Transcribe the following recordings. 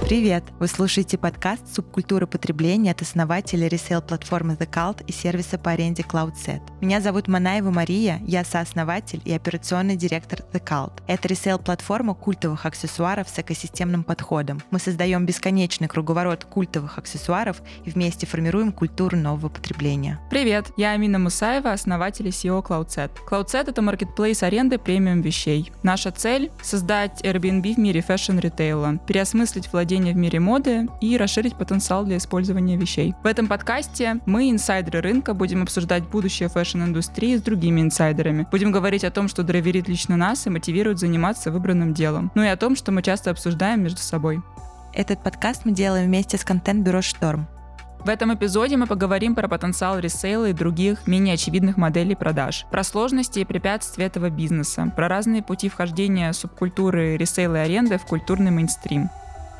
Привет! Вы слушаете подкаст «Субкультура потребления» от основателя ресейл-платформы The Cult и сервиса по аренде CloudSet. Меня зовут Манаева Мария, я сооснователь и операционный директор The Cult. Это ресейл-платформа культовых аксессуаров с экосистемным подходом. Мы создаем бесконечный круговорот культовых аксессуаров и вместе формируем культуру нового потребления. Привет! Я Амина Мусаева, основатель и CEO CloudSet. CloudSet — это маркетплейс аренды премиум вещей. Наша цель — создать Airbnb в мире фэшн-ритейла, переосмыслить владение в мире моды и расширить потенциал для использования вещей. В этом подкасте мы, инсайдеры рынка, будем обсуждать будущее фэшн-индустрии с другими инсайдерами. Будем говорить о том, что драйверит лично нас и мотивирует заниматься выбранным делом. Ну и о том, что мы часто обсуждаем между собой. Этот подкаст мы делаем вместе с контент-бюро «Шторм». В этом эпизоде мы поговорим про потенциал ресейла и других менее очевидных моделей продаж, про сложности и препятствия этого бизнеса, про разные пути вхождения субкультуры ресейла и аренды в культурный мейнстрим.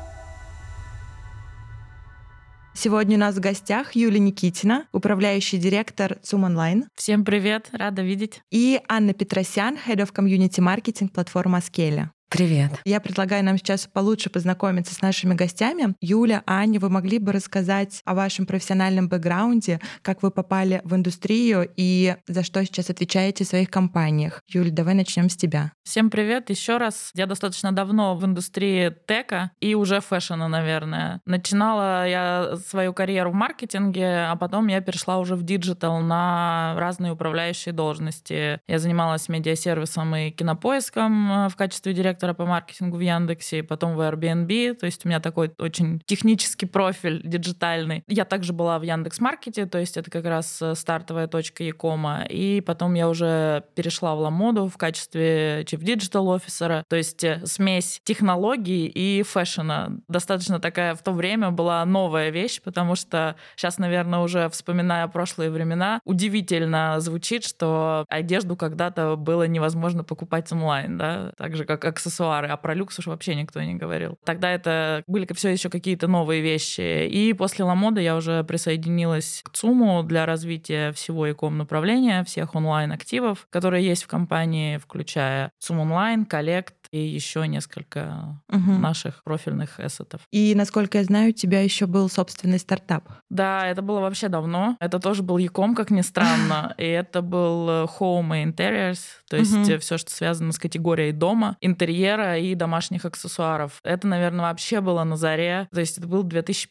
Сегодня у нас в гостях Юлия Никитина, управляющий директор ЦУМ Онлайн. Всем привет, рада видеть. И Анна Петросян, Head of Community Marketing платформы Askelia. Привет. Я предлагаю нам сейчас получше познакомиться с нашими гостями. Юля, Аня, вы могли бы рассказать о вашем профессиональном бэкграунде, как вы попали в индустрию и за что сейчас отвечаете в своих компаниях? Юля, давай начнем с тебя. Всем привет еще раз. Я достаточно давно в индустрии тека и уже фэшена, наверное. Начинала я свою карьеру в маркетинге, а потом я перешла уже в диджитал на разные управляющие должности. Я занималась медиасервисом и кинопоиском в качестве директора по маркетингу в Яндексе, потом в Airbnb, то есть у меня такой очень технический профиль диджитальный. Я также была в Яндекс.Маркете, то есть это как раз стартовая точка e-кома, и потом я уже перешла в Ламоду в качестве Chief Digital Officer, то есть смесь технологий и фэшена. Достаточно такая в то время была новая вещь, потому что сейчас, наверное, уже вспоминая прошлые времена, удивительно звучит, что одежду когда-то было невозможно покупать онлайн, да, так же, как аксессуары, а про люкс уж вообще никто не говорил. Тогда это были все еще какие-то новые вещи. И после Ламода я уже присоединилась к ЦУМу для развития всего e-com направления, всех онлайн-активов, которые есть в компании, включая ЦУМ Онлайн, Коллект и еще несколько наших профильных эссетов. И, насколько я знаю, у тебя еще был собственный стартап. Да, это было вообще давно. Это тоже был e-com, как ни странно. И это был Home и Interiors, то есть все, что связано с категорией дома, интерьера и домашних аксессуаров. Это, наверное, вообще было на заре. То есть это был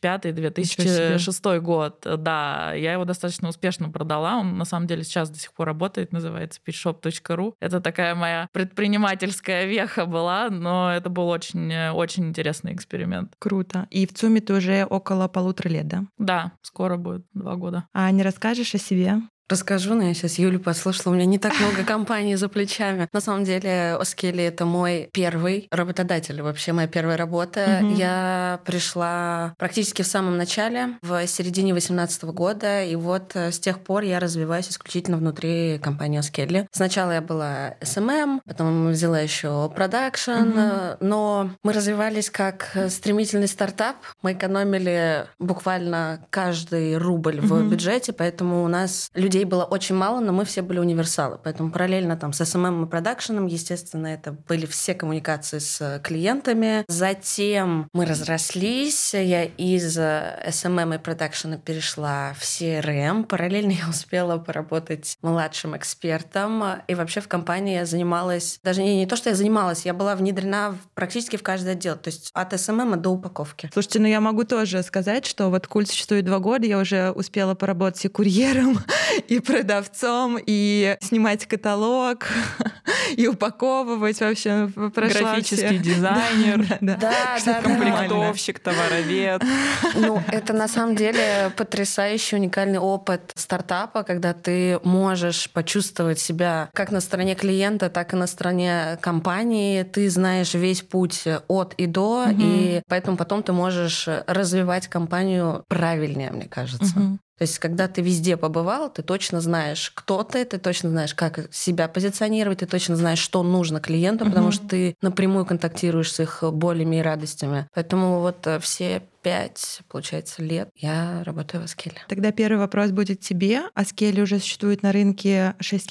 2005-2006 год. Да, я его достаточно успешно продала. Он, на самом деле, сейчас до сих пор работает, называется pitchshop.ru. Это такая моя предпринимательская веха была, но это был очень интересный эксперимент. Круто. И в ЦУМе ты уже около 1,5 лет, да? Да, скоро будет 2 года. А не расскажешь о себе? Расскажу, но я сейчас Юлю послушала, у меня не так много компаний за плечами. На самом деле, Askelia — это мой первый работодатель, вообще моя первая работа. Я пришла практически в самом начале, в середине 2018 года, и вот с тех пор я развиваюсь исключительно внутри компании Askelia. Сначала я была SMM, потом взяла еще продакшн, но мы развивались как стремительный стартап. Мы экономили буквально каждый рубль в бюджете, поэтому у нас людей было очень мало, но мы все были универсалы. Поэтому параллельно там с SMM и продакшеном, естественно, это были все коммуникации с клиентами. Затем мы разрослись. Я из SMM и продакшена перешла в CRM. Параллельно я успела поработать младшим экспертом. И вообще в компании я занималась... Даже не то, что я занималась, я была внедрена практически в каждый отдел. То есть от SMM до упаковки. Слушайте, ну я могу тоже сказать, что вот Культ существует 2 года, я уже успела поработать и курьером, и продавцом, и снимать каталог, и упаковывать вообще. Графический дизайнер, комплектовщик, товаровед. Ну, это на самом деле потрясающий, уникальный опыт стартапа, когда ты можешь почувствовать себя как на стороне клиента, так и на стороне компании. Ты знаешь весь путь от и до, и поэтому потом ты можешь развивать компанию правильнее, мне кажется. То есть, когда ты везде побывал, ты точно знаешь, кто ты точно знаешь, как себя позиционировать, ты точно знаешь, что нужно клиенту, потому что ты напрямую контактируешь с их болями и радостями. Поэтому вот все 5, получается, лет я работаю в Askelia. Тогда первый вопрос будет тебе. Askelia уже существует на рынке 6 лет.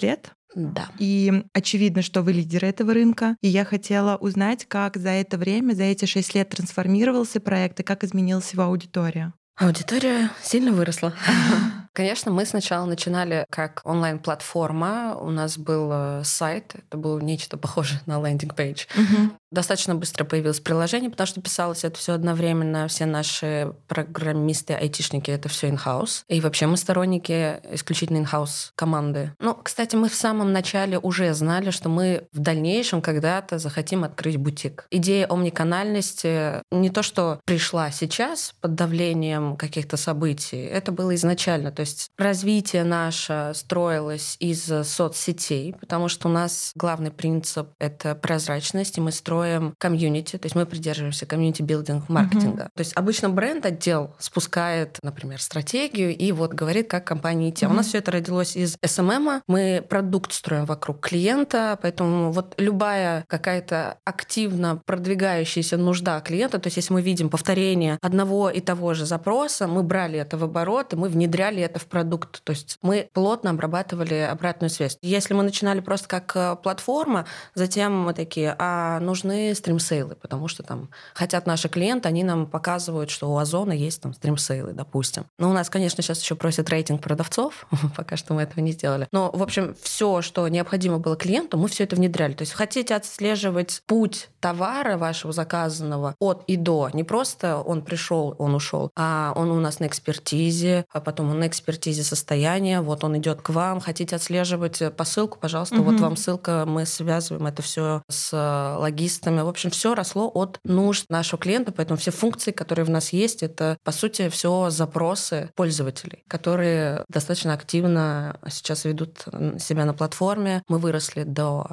Да. И очевидно, что вы лидер этого рынка. И я хотела узнать, как за это время, за эти 6 лет трансформировался проект и как изменилась его аудитория. Аудитория сильно выросла. Конечно, мы сначала начинали как онлайн-платформа. У нас был сайт, это было нечто похожее на лендинг-пейдж. Достаточно быстро появилось приложение, потому что писалось это все одновременно. Все наши программисты, айтишники — это все in-house. И вообще мы сторонники исключительно in-house команды. Ну, кстати, мы в самом начале уже знали, что мы в дальнейшем когда-то захотим открыть бутик. Идея омниканальности не то, что пришла сейчас под давлением каких-то событий. Это было изначально. То есть развитие наше строилось из соцсетей, потому что у нас главный принцип — это прозрачность, и мы строим комьюнити, то есть мы придерживаемся комьюнити-билдинг маркетинга. То есть обычно бренд-отдел спускает, например, стратегию и вот говорит, как компании идти. У нас все это родилось из SMM. Мы продукт строим вокруг клиента, поэтому вот любая какая-то активно продвигающаяся нужда клиента, то есть если мы видим повторение одного и того же запроса, мы брали это в оборот, и мы внедряли это в продукт. То есть мы плотно обрабатывали обратную связь. Если мы начинали просто как платформа, затем мы такие, нужны стрим-сейлы, потому что там хотят наши клиенты, они нам показывают, что у Озона есть там стрим-сейлы, допустим. Но у нас, конечно, сейчас еще просят рейтинг продавцов, пока что мы этого не сделали. Но, в общем, все, что необходимо было клиенту, мы все это внедряли. То есть хотите отслеживать путь товара вашего заказанного от и до, не просто он пришел, он ушел, а он у нас на экспертизе, а потом он на экспертизе состояния, вот он идет к вам, хотите отслеживать посылку, пожалуйста, вот вам ссылка, мы связываем это все с логистами. В общем, все росло от нужд нашего клиента, поэтому все функции, которые в нас есть, это, по сути, все запросы пользователей, которые достаточно активно сейчас ведут себя на платформе. Мы выросли до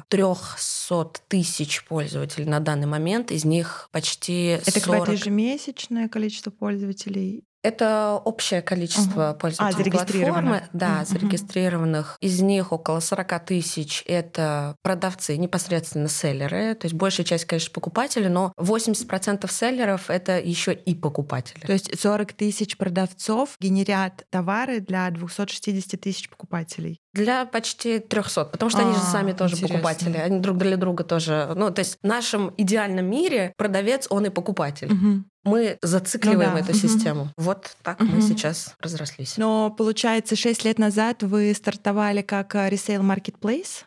300 тысяч пользователей на данный момент, из них почти 40... Это какое-то ежемесячное количество пользователей? Это общее количество пользователей платформы. Да, зарегистрированных. Из них около 40 тысяч — это продавцы, непосредственно селлеры. То есть большая часть, конечно, покупатели, но 80% селлеров — это еще и покупатели. То есть 40 тысяч продавцов генерят товары для 260 тысяч покупателей? Для почти 300, потому что они же сами тоже интересно. Покупатели. Они друг для друга тоже... Ну, то есть в нашем идеальном мире продавец, он и покупатель. Мы зацикливаем эту систему. Вот так мы сейчас разрослись. Но, получается, 6 лет назад вы стартовали как resale marketplace.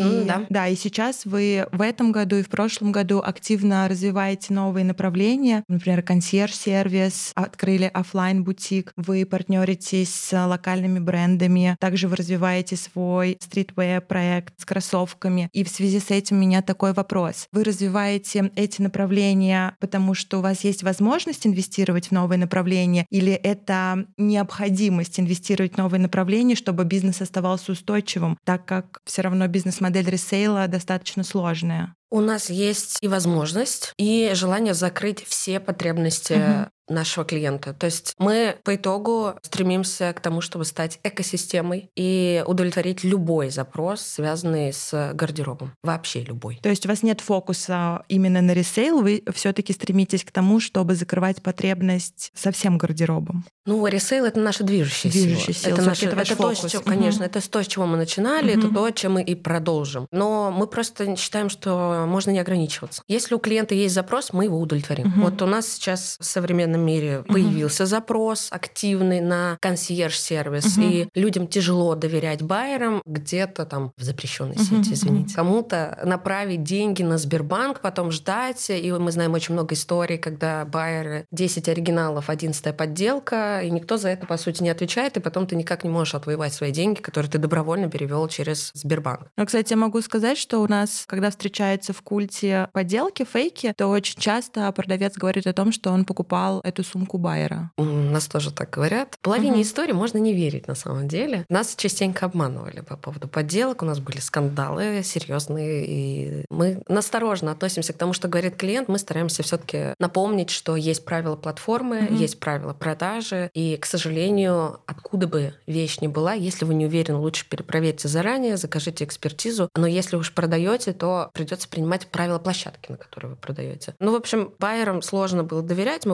И сейчас вы в этом году и в прошлом году активно развиваете новые направления. Например, консьерж-сервис, открыли офлайн-бутик, вы партнеритесь с локальными брендами, также вы развиваете свой стритвея-проект с кроссовками. И в связи с этим у меня такой вопрос. Вы развиваете эти направления, потому что у вас есть возможность инвестировать в новые направления, или это необходимость инвестировать в новые направления, чтобы бизнес оставался устойчивым, так как все равно бизнес-модель ресейла достаточно сложная? У нас есть и возможность, и желание закрыть все потребности нашего клиента. То есть мы по итогу стремимся к тому, чтобы стать экосистемой и удовлетворить любой запрос, связанный с гардеробом. Вообще любой. То есть у вас нет фокуса именно на ресейл, вы все-таки стремитесь к тому, чтобы закрывать потребность со всем гардеробом? Ну, ресейл — это наша движущая сила. Это ваш фокус. Конечно, это то, с чего мы начинали, это то, чем мы и продолжим. Но мы просто считаем, что можно не ограничиваться. Если у клиента есть запрос, мы его удовлетворим. Вот у нас сейчас в современном мире появился запрос активный на консьерж-сервис, и людям тяжело доверять байерам где-то там в запрещенной сети, извините. Кому-то направить деньги на Сбербанк, потом ждать, и мы знаем очень много историй, когда байеры 10 оригиналов, 11-я подделка, и никто за это, по сути, не отвечает, и потом ты никак не можешь отвоевать свои деньги, которые ты добровольно перевел через Сбербанк. Но, кстати, я могу сказать, что у нас, когда встречаются в культе подделки, фейки, то очень часто продавец говорит о том, что он покупал эту сумку байера. У нас тоже так говорят. Половине истории можно не верить на самом деле. Нас частенько обманывали по поводу подделок. У нас были скандалы серьезные, и мы настороженно относимся к тому, что говорит клиент. Мы стараемся все-таки напомнить, что есть правила платформы, есть правила продажи, и, к сожалению, откуда бы вещь ни была, если вы не уверены, лучше перепроверьте заранее, закажите экспертизу. Но если уж продаете, то придется принимать правила площадки, на которой вы продаете. Ну, в общем, байерам сложно было доверять. Мы поняли,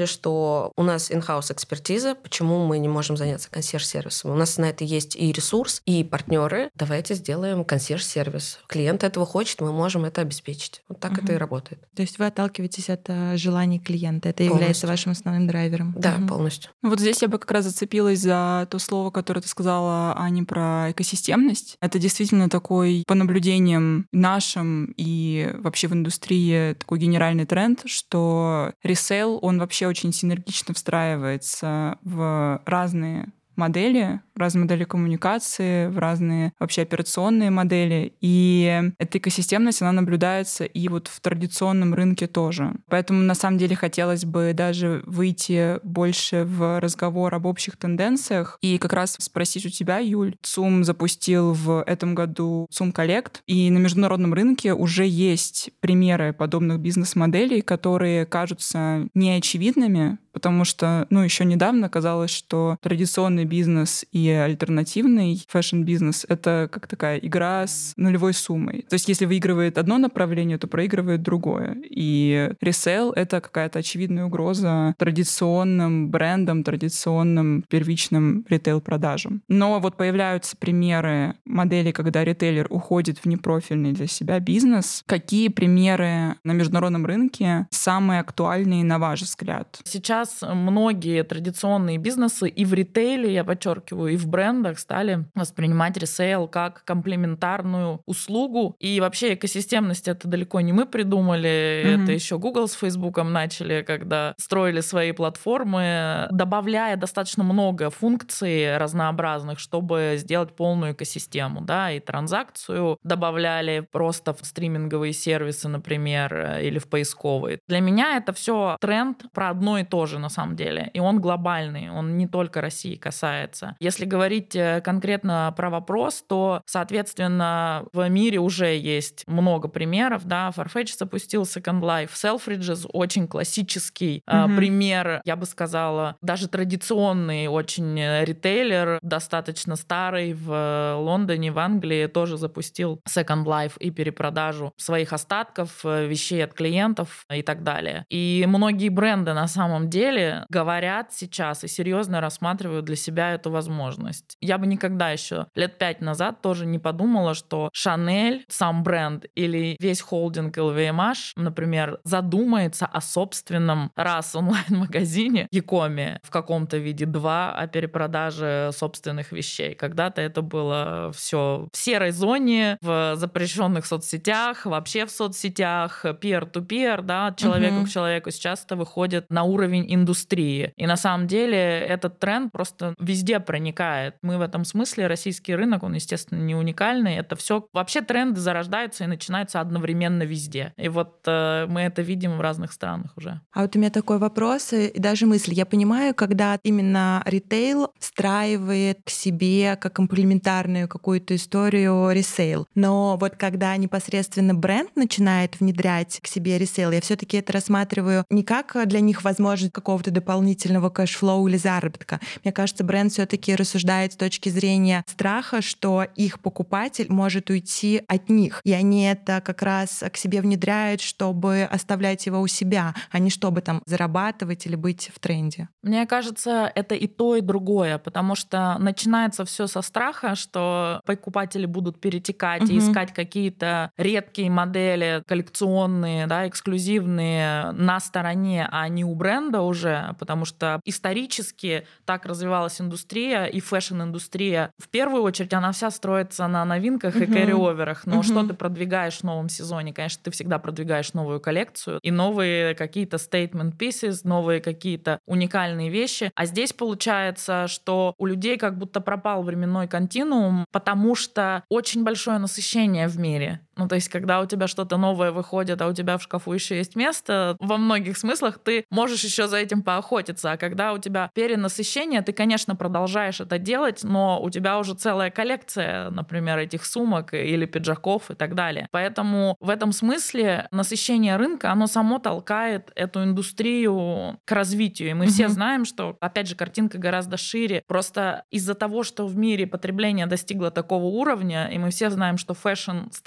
что у нас in-house экспертиза, почему мы не можем заняться консьерж-сервисом. У нас на это есть и ресурс, и партнеры. Давайте сделаем консьерж-сервис. Клиент этого хочет, мы можем это обеспечить. Вот так это и работает. То есть вы отталкиваетесь от желаний клиента. Это является вашим основным драйвером. Да, полностью. Вот здесь я бы как раз зацепилась за то слово, которое ты сказала, Аня, про экосистемность. Это действительно такой, по наблюдениям нашим и вообще в индустрии, такой генеральный тренд, что ресейл, он вообще очень синергично встраивается в разные модели, в разные модели коммуникации, в разные вообще операционные модели. И эта экосистемность, она наблюдается и вот в традиционном рынке тоже. Поэтому на самом деле хотелось бы даже выйти больше в разговор об общих тенденциях и как раз спросить у тебя, Юль. ЦУМ запустил в этом году ЦУМ Collect, и на международном рынке уже есть примеры подобных бизнес-моделей, которые кажутся неочевидными, потому что, еще недавно казалось, что традиционный бизнес и альтернативный фэшн-бизнес — это как такая игра с нулевой суммой. То есть если выигрывает одно направление, то проигрывает другое. И ресейл — это какая-то очевидная угроза традиционным брендам, традиционным первичным ритейл-продажам. Но вот появляются примеры моделей, когда ритейлер уходит в непрофильный для себя бизнес. Какие примеры на международном рынке самые актуальные, на ваш взгляд? Сейчас многие традиционные бизнесы и в ритейле, я подчеркиваю, и в брендах стали воспринимать ресейл как комплементарную услугу. И вообще экосистемность это далеко не мы придумали, это еще Google с Facebook'ом начали, когда строили свои платформы, добавляя достаточно много функций разнообразных, чтобы сделать полную экосистему, да, и транзакцию добавляли просто в стриминговые сервисы, например, или в поисковые. Для меня это все тренд про одно и то же на самом деле, и он глобальный, он не только России касается. Если говорить конкретно про вопрос, то, соответственно, в мире уже есть много примеров, да, Farfetch запустил Second Life, Selfridges очень классический пример, я бы сказала, даже традиционный очень ритейлер, достаточно старый, в Лондоне, в Англии тоже запустил Second Life и перепродажу своих остатков, вещей от клиентов и так далее. И многие бренды на самом деле говорят сейчас и серьезно рассматривают для себя эту возможность. Я бы никогда еще лет 5 назад тоже не подумала, что Chanel, сам бренд или весь холдинг LVMH, например, задумается о собственном раз онлайн-магазине Якоми в каком-то виде, два о перепродаже собственных вещей. Когда-то это было все в серой зоне, в запрещенных соцсетях, вообще в соцсетях, peer-to-peer, да, от человека к человеку. Сейчас это выходит на уровень индустрии. И на самом деле этот тренд просто везде проникает. Мы в этом смысле, российский рынок, он, естественно, не уникальный. Это все вообще тренды зарождаются и начинаются одновременно везде. И вот мы это видим в разных странах уже. А вот у меня такой вопрос и даже мысль. Я понимаю, когда именно ритейл встраивает к себе как комплементарную какую-то историю ресейл. Но вот когда непосредственно бренд начинает внедрять к себе ресейл, я все-таки это рассматриваю не как для них возможность какого-то дополнительного кэшфлоу или заработка. Мне кажется, бренд все-таки рассуждает с точки зрения страха, что их покупатель может уйти от них. И они это как раз к себе внедряют, чтобы оставлять его у себя, а не чтобы там зарабатывать или быть в тренде. Мне кажется, это и то, и другое, потому что начинается все со страха, что покупатели будут перетекать и искать какие-то редкие модели, коллекционные, да, эксклюзивные на стороне, а не у бренда уже, потому что исторически так развивалась индустрия, и фэшн-индустрия. В первую очередь она вся строится на новинках и кэрри-оверах. Но что ты продвигаешь в новом сезоне? Конечно, ты всегда продвигаешь новую коллекцию и новые какие-то statement pieces, новые какие-то уникальные вещи. А здесь получается, что у людей как будто пропал временной континуум, потому что очень большое насыщение в мире. Ну, то есть, когда у тебя что-то новое выходит, а у тебя в шкафу еще есть место, во многих смыслах ты можешь еще за этим поохотиться. А когда у тебя перенасыщение, ты, конечно, продолжаешь это делать, но у тебя уже целая коллекция, например, этих сумок или пиджаков и так далее. Поэтому в этом смысле насыщение рынка, оно само толкает эту индустрию к развитию. И мы все знаем, что, опять же, картинка гораздо шире. Просто из-за того, что в мире потребление достигло такого уровня, и мы все знаем, что фэшн стоит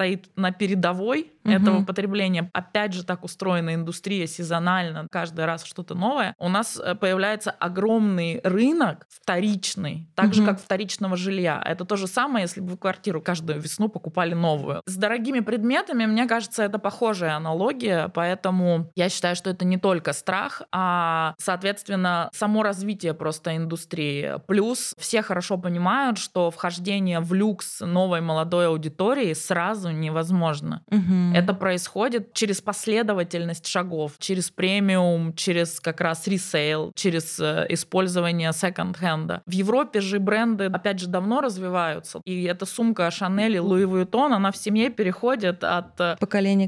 на передовой этого потребления. Опять же, так устроена индустрия сезонально, каждый раз что-то новое. У нас появляется огромный рынок вторичный, так же, как вторичного жилья. Это то же самое, если бы вы квартиру каждую весну покупали новую. С дорогими предметами, мне кажется, это похожая аналогия, поэтому я считаю, что это не только страх, а, соответственно, само развитие просто индустрии. Плюс все хорошо понимают, что вхождение в люкс новой молодой аудитории сразу невозможно. Это происходит через последовательность шагов, через премиум, через как раз ресейл, через использование секонд-хенда. В Европе же бренды, опять же, давно развиваются, и эта сумка Шанель и Луи Вуиттон, она в семье переходит от поколения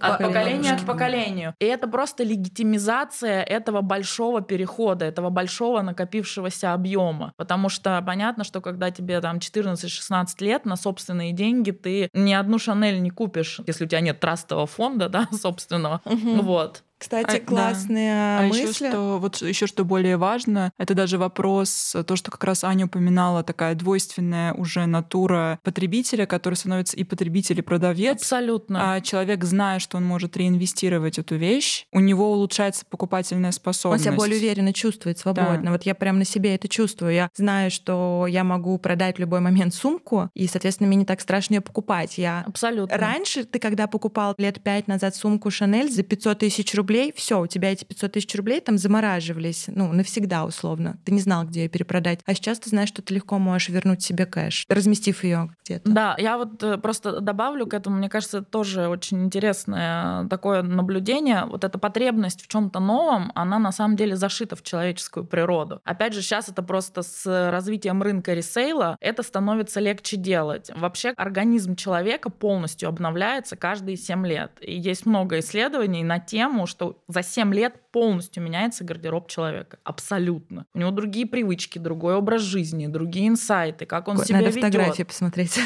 к поколению. И это просто легитимизация этого большого перехода, этого большого накопившегося объема. Потому что понятно, что когда тебе там 14-16 лет, на собственные деньги ты ни одну Шанель не купишь, если у тебя нет трастового фонда, да, собственного. Вот. Кстати, классные мысли. Еще что более важно, это даже вопрос, то, что как раз Аня упоминала, такая двойственная уже натура потребителя, который становится и потребитель, и продавец. Абсолютно. А человек, зная, что он может реинвестировать эту вещь, у него улучшается покупательная способность. Он себя более уверенно чувствует, свободно. Да. Вот я прям на себе это чувствую. Я знаю, что я могу продать в любой момент сумку, и, соответственно, мне не так страшно ее покупать. Абсолютно. Раньше ты, когда покупал лет 5 назад сумку Шанель за 500 тысяч рублей, все, у тебя эти 500 тысяч рублей там замораживались, навсегда условно. Ты не знал, где ее перепродать. А сейчас ты знаешь, что ты легко можешь вернуть себе кэш, разместив ее где-то. Да, я вот просто добавлю к этому, мне кажется, это тоже очень интересное такое наблюдение. Вот эта потребность в чем-то новом, она на самом деле зашита в человеческую природу. Опять же, сейчас это просто с развитием рынка ресейла это становится легче делать. Вообще организм человека полностью обновляется каждые 7 лет. И есть много исследований на тему, что за 7 лет полностью меняется гардероб человека. Абсолютно. У него другие привычки, другой образ жизни, другие инсайты, как он себя ведет. Надо фотографии посмотреть.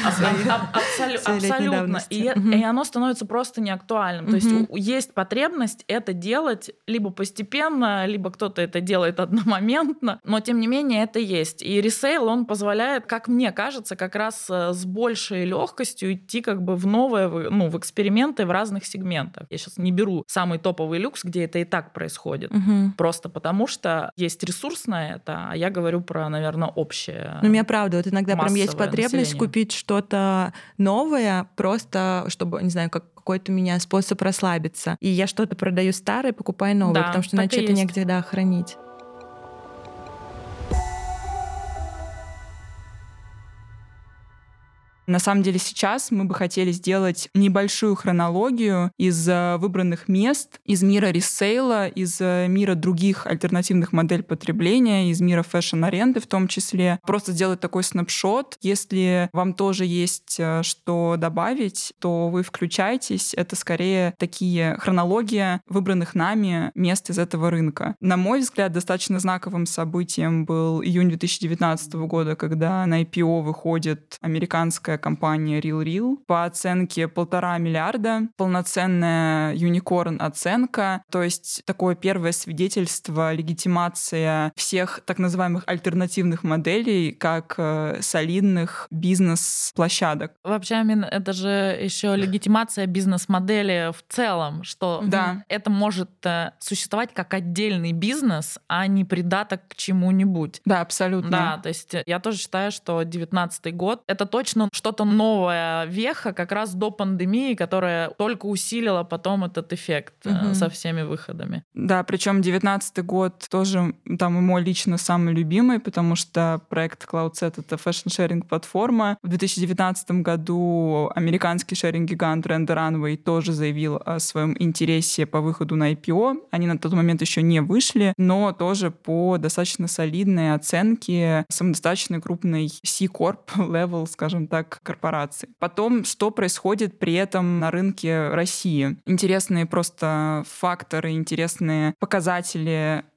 Абсолютно. И оно становится просто неактуальным. То есть есть потребность это делать либо постепенно, либо кто-то это делает одномоментно, но тем не менее это есть. И ресейл, он позволяет, как мне кажется, как раз с большей легкостью идти как бы в новое, в эксперименты в разных сегментах. Я сейчас не беру самый топовый люкс, где это и так происходит. Просто потому, что есть ресурс на это, а я говорю про, наверное, общее. У меня правда, вот иногда прям есть потребность купить что-то новое, просто чтобы, не знаю, какой-то у меня способ расслабиться. И я что-то продаю старое, покупаю новое, потому что иначе это негде хранить. На самом деле сейчас мы бы хотели сделать небольшую хронологию из выбранных мест, из мира ресейла, из мира других альтернативных моделей потребления, из мира фэшн-аренды в том числе. Просто сделать такой снапшот. Если вам тоже есть что добавить, то вы включайтесь. Это скорее такие хронология выбранных нами мест из этого рынка. На мой взгляд, достаточно знаковым событием был июнь 2019 года, когда на IPO выходит американская компания RealReal. По оценке 1,5 миллиарда. Полноценная юникорн-оценка. То есть такое первое свидетельство, легитимация всех так называемых альтернативных моделей как солидных бизнес-площадок. Вообще, Амин, это же еще легитимация бизнес-модели в целом, что это может существовать как отдельный бизнес, а не придаток к чему-нибудь. Да, абсолютно. Да, то есть я тоже считаю, что 2019 год — это точно что-то новая веха как раз до пандемии, которая только усилила потом этот эффект со всеми выходами. Да, причем 2019 год тоже там и мой лично самый любимый, потому что проект CloudSet — это фэшн-шеринг платформа. В 2019 году американский шеринг-гигант Rent the Runway тоже заявил о своем интересе по выходу на IPO. Они на тот момент еще не вышли, но тоже по достаточно солидной оценке самодостаточной крупной C-Corp level, скажем так, корпорации. Потом, что происходит при этом на рынке России? Интересные просто факторы, интересные показатели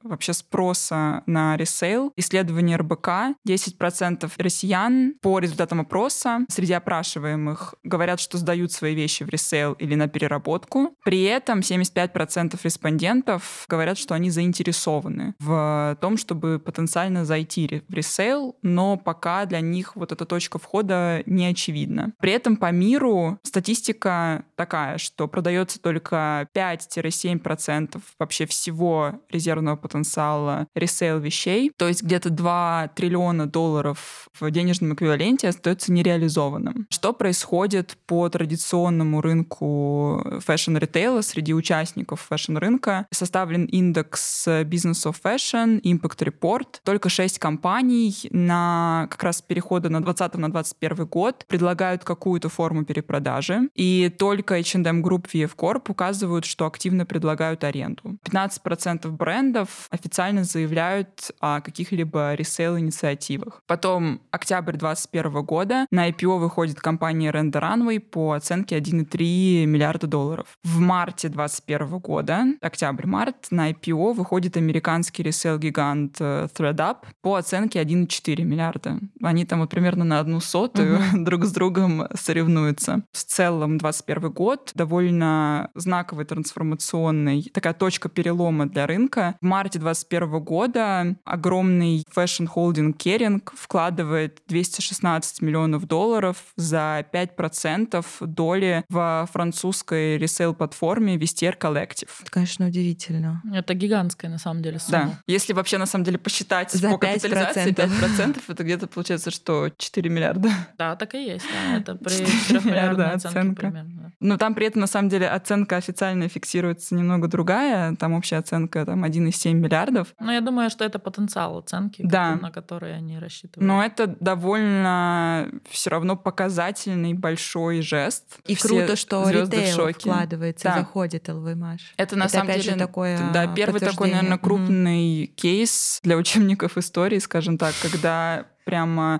вообще спроса на ресейл. Исследование РБК: 10% россиян по результатам опроса среди опрашиваемых говорят, что сдают свои вещи в ресейл или на переработку. При этом 75% респондентов говорят, что они заинтересованы в том, чтобы потенциально зайти в ресейл, но пока для них вот эта точка входа не очевидна. При этом по миру статистика такая, что продается только 5-7% вообще всего резервного потенциала ресейл вещей, то есть где-то $2 триллиона в денежном эквиваленте остается нереализованным. Что происходит по традиционному рынку фэшн-ритейла среди участников фэшн-рынка? Составлен индекс Business of Fashion, Impact Report. Только 6 компаний на как раз перехода на 2020 на 2021 год предлагают какую-то форму перепродажи, и только H&M Group, VF Corp указывают, что активно предлагают аренду. 15% брендов официально заявляют о каких-либо ресейл-инициативах. Потом октябрь 2021 года на IPO выходит компания Rent the Runway по оценке $1,3 миллиарда. В марте 2021 года, октябрь-март, на IPO выходит американский ресейл-гигант ThredUp по оценке $1,4 миллиарда. Они там вот примерно на 1/100 друг с другом соревнуются. В целом 2021 год довольно знаковый, трансформационный, такая точка перелома для рынка. В марте 2021 года огромный фэшн-холдинг Kering вкладывает $216 миллионов за 5% доли в французской ресейл-платформе Vestiaire Collective. Это, конечно, удивительно. Это гигантская, на самом деле, сумма. Да. Если вообще, на самом деле, посчитать за по капитализации, 5%, это где-то получается, что 4 миллиарда. Да, так и есть. Да. Это при 4 миллиардной оценке примерно. Но там при этом, на самом деле, оценка официально фиксируется немного другая. Там общая оценка 1,7 миллиардов. Но я думаю, что это потенциал оценки, да, на который они рассчитывают. Но это довольно все равно показательный большой жест. И все круто, что ритейл в вкладывается, да, заходит LVMH. Это на самом опять деле же такое да, первый такой, наверное, крупный кейс для учебников истории, скажем так, когда прямо,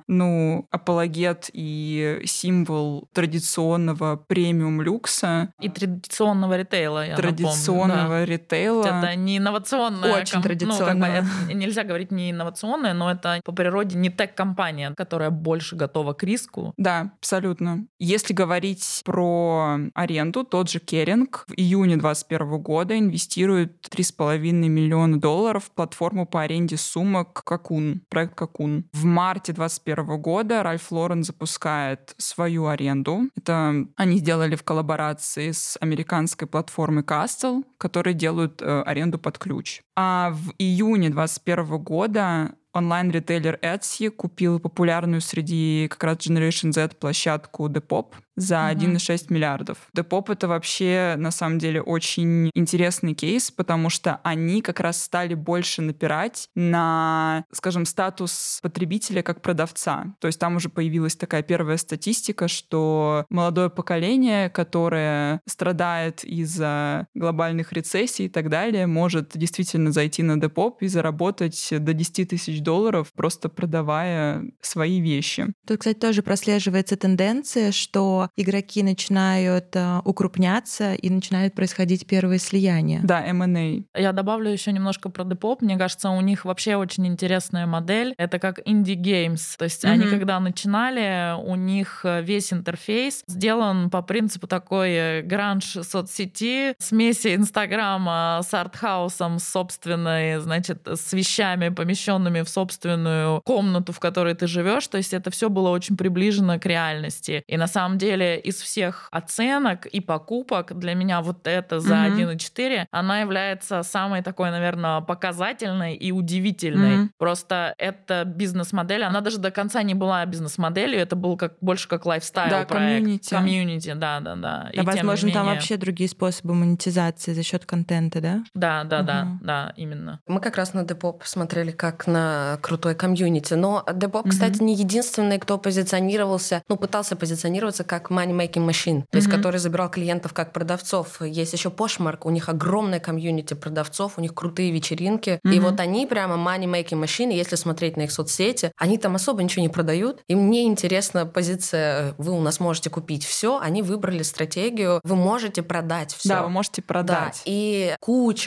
апологет и символ традиционного премиум-люкса. И традиционного ритейла, я Традиционного напомню, ритейла. Это не инновационное. Очень традиционное. Нельзя говорить не инновационное, но это по природе не тек-компания, которая больше готова к риску. Да, абсолютно. Если говорить про аренду, тот же Kering в июне 2021 года инвестирует $3,5 миллиона в платформу по аренде сумок Cocoon, проект Cocoon. В марте 2021 года Ральф Лорен запускает свою аренду. Это они сделали в коллаборации с американской платформой Castle, которые делают аренду под ключ. А в июне 2021 года онлайн-ритейлер Etsy купил популярную среди как раз Generation Z площадку Depop за 1,6 миллиардов. Depop — это вообще, на самом деле, очень интересный кейс, потому что они как раз стали больше напирать на, скажем, статус потребителя как продавца. То есть там уже появилась такая первая статистика, что молодое поколение, которое страдает из-за глобальных рецессий и так далее, может действительно зайти на Depop и заработать до $10 тысяч, просто продавая свои вещи. Тут, кстати, тоже прослеживается тенденция, что игроки начинают укрупняться и начинают происходить первые слияния. Да, M&A. Я добавлю еще немножко про Depop. Мне кажется, у них вообще очень интересная модель. Это как Indie Games. То есть они, когда начинали, у них весь интерфейс сделан по принципу такой гранж соцсети, смеси Инстаграма с артхаусом, с собственной, значит, с вещами, помещенными в собственную комнату, в которой ты живешь. То есть это все было очень приближено к реальности. И на самом деле из всех оценок и покупок для меня вот это за 1,4, она является самой такой, наверное, показательной и удивительной. Просто эта бизнес-модель, она даже до конца не была бизнес-моделью, это был больше как лайфстайл проект. Комьюнити, да. И возможно, там вообще другие способы монетизации за счет контента, да? Да, именно. Мы как раз на Depop смотрели как на крутой комьюнити. Но Depop, кстати, не единственный, кто позиционировался, пытался позиционироваться как как money-making machine, то есть который забирал клиентов как продавцов. Есть еще Poshmark, у них огромная комьюнити продавцов, у них крутые вечеринки. И вот они прямо money-making machine, если смотреть на их соцсети, они там особо ничего не продают. И мне интересна позиция, вы у нас можете купить все, они выбрали стратегию, вы можете продать все. Да, вы можете продать. Да, и куча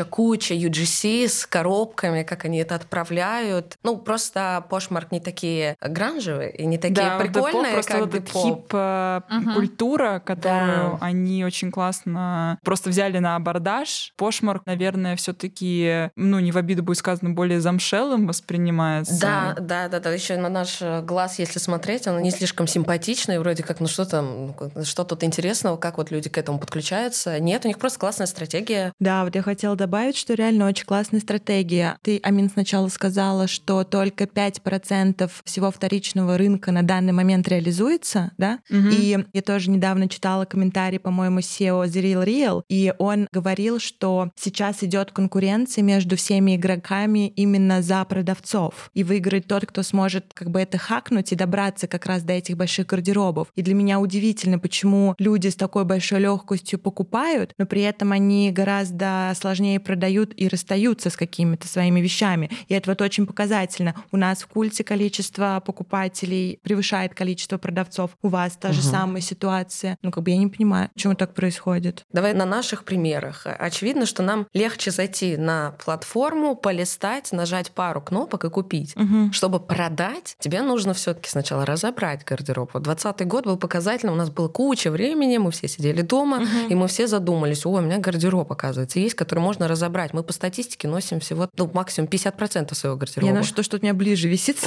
UGC с коробками, как они это отправляют. Ну, просто Poshmark не такие гранжевые и не такие прикольные, просто как вот Depop. Хип-культура, которую они очень классно просто взяли на абордаж. Poshmark, наверное, все-таки, не в обиду будет сказано, более замшелым воспринимается. Да. Еще на наш глаз, если смотреть, он не слишком симпатичный, вроде как, что тут интересного, как вот люди к этому подключаются. Нет, у них просто классная стратегия. Да, вот я хотела добавить, что реально очень классная стратегия. Ты, Амин, сначала сказала, что только 5% всего вторичного рынка на данный момент реализуется, да? И я тоже недавно читала комментарий, по-моему, SEO The Real Real, и он говорил, что сейчас идет конкуренция между всеми игроками именно за продавцов. И выиграет тот, кто сможет это хакнуть и добраться как раз до этих больших гардеробов. И для меня удивительно, почему люди с такой большой легкостью покупают, но при этом они гораздо сложнее продают и расстаются с какими-то своими вещами. И это вот очень показательно. У нас в Культе количество покупателей превышает количество продавцов. У вас та же самая ситуация. Я не понимаю, почему так происходит. Давай на наших примерах. Очевидно, что нам легче зайти на платформу, полистать, нажать пару кнопок и купить. Чтобы продать, тебе нужно все-таки сначала разобрать гардероб. 2020 год был показательным, у нас было куча времени, мы все сидели дома, и мы все задумались, у меня гардероб, оказывается, есть, который можно разобрать. Мы по статистике носим всего максимум 50% своего гардероба. Я ношу то, что у меня ближе висит.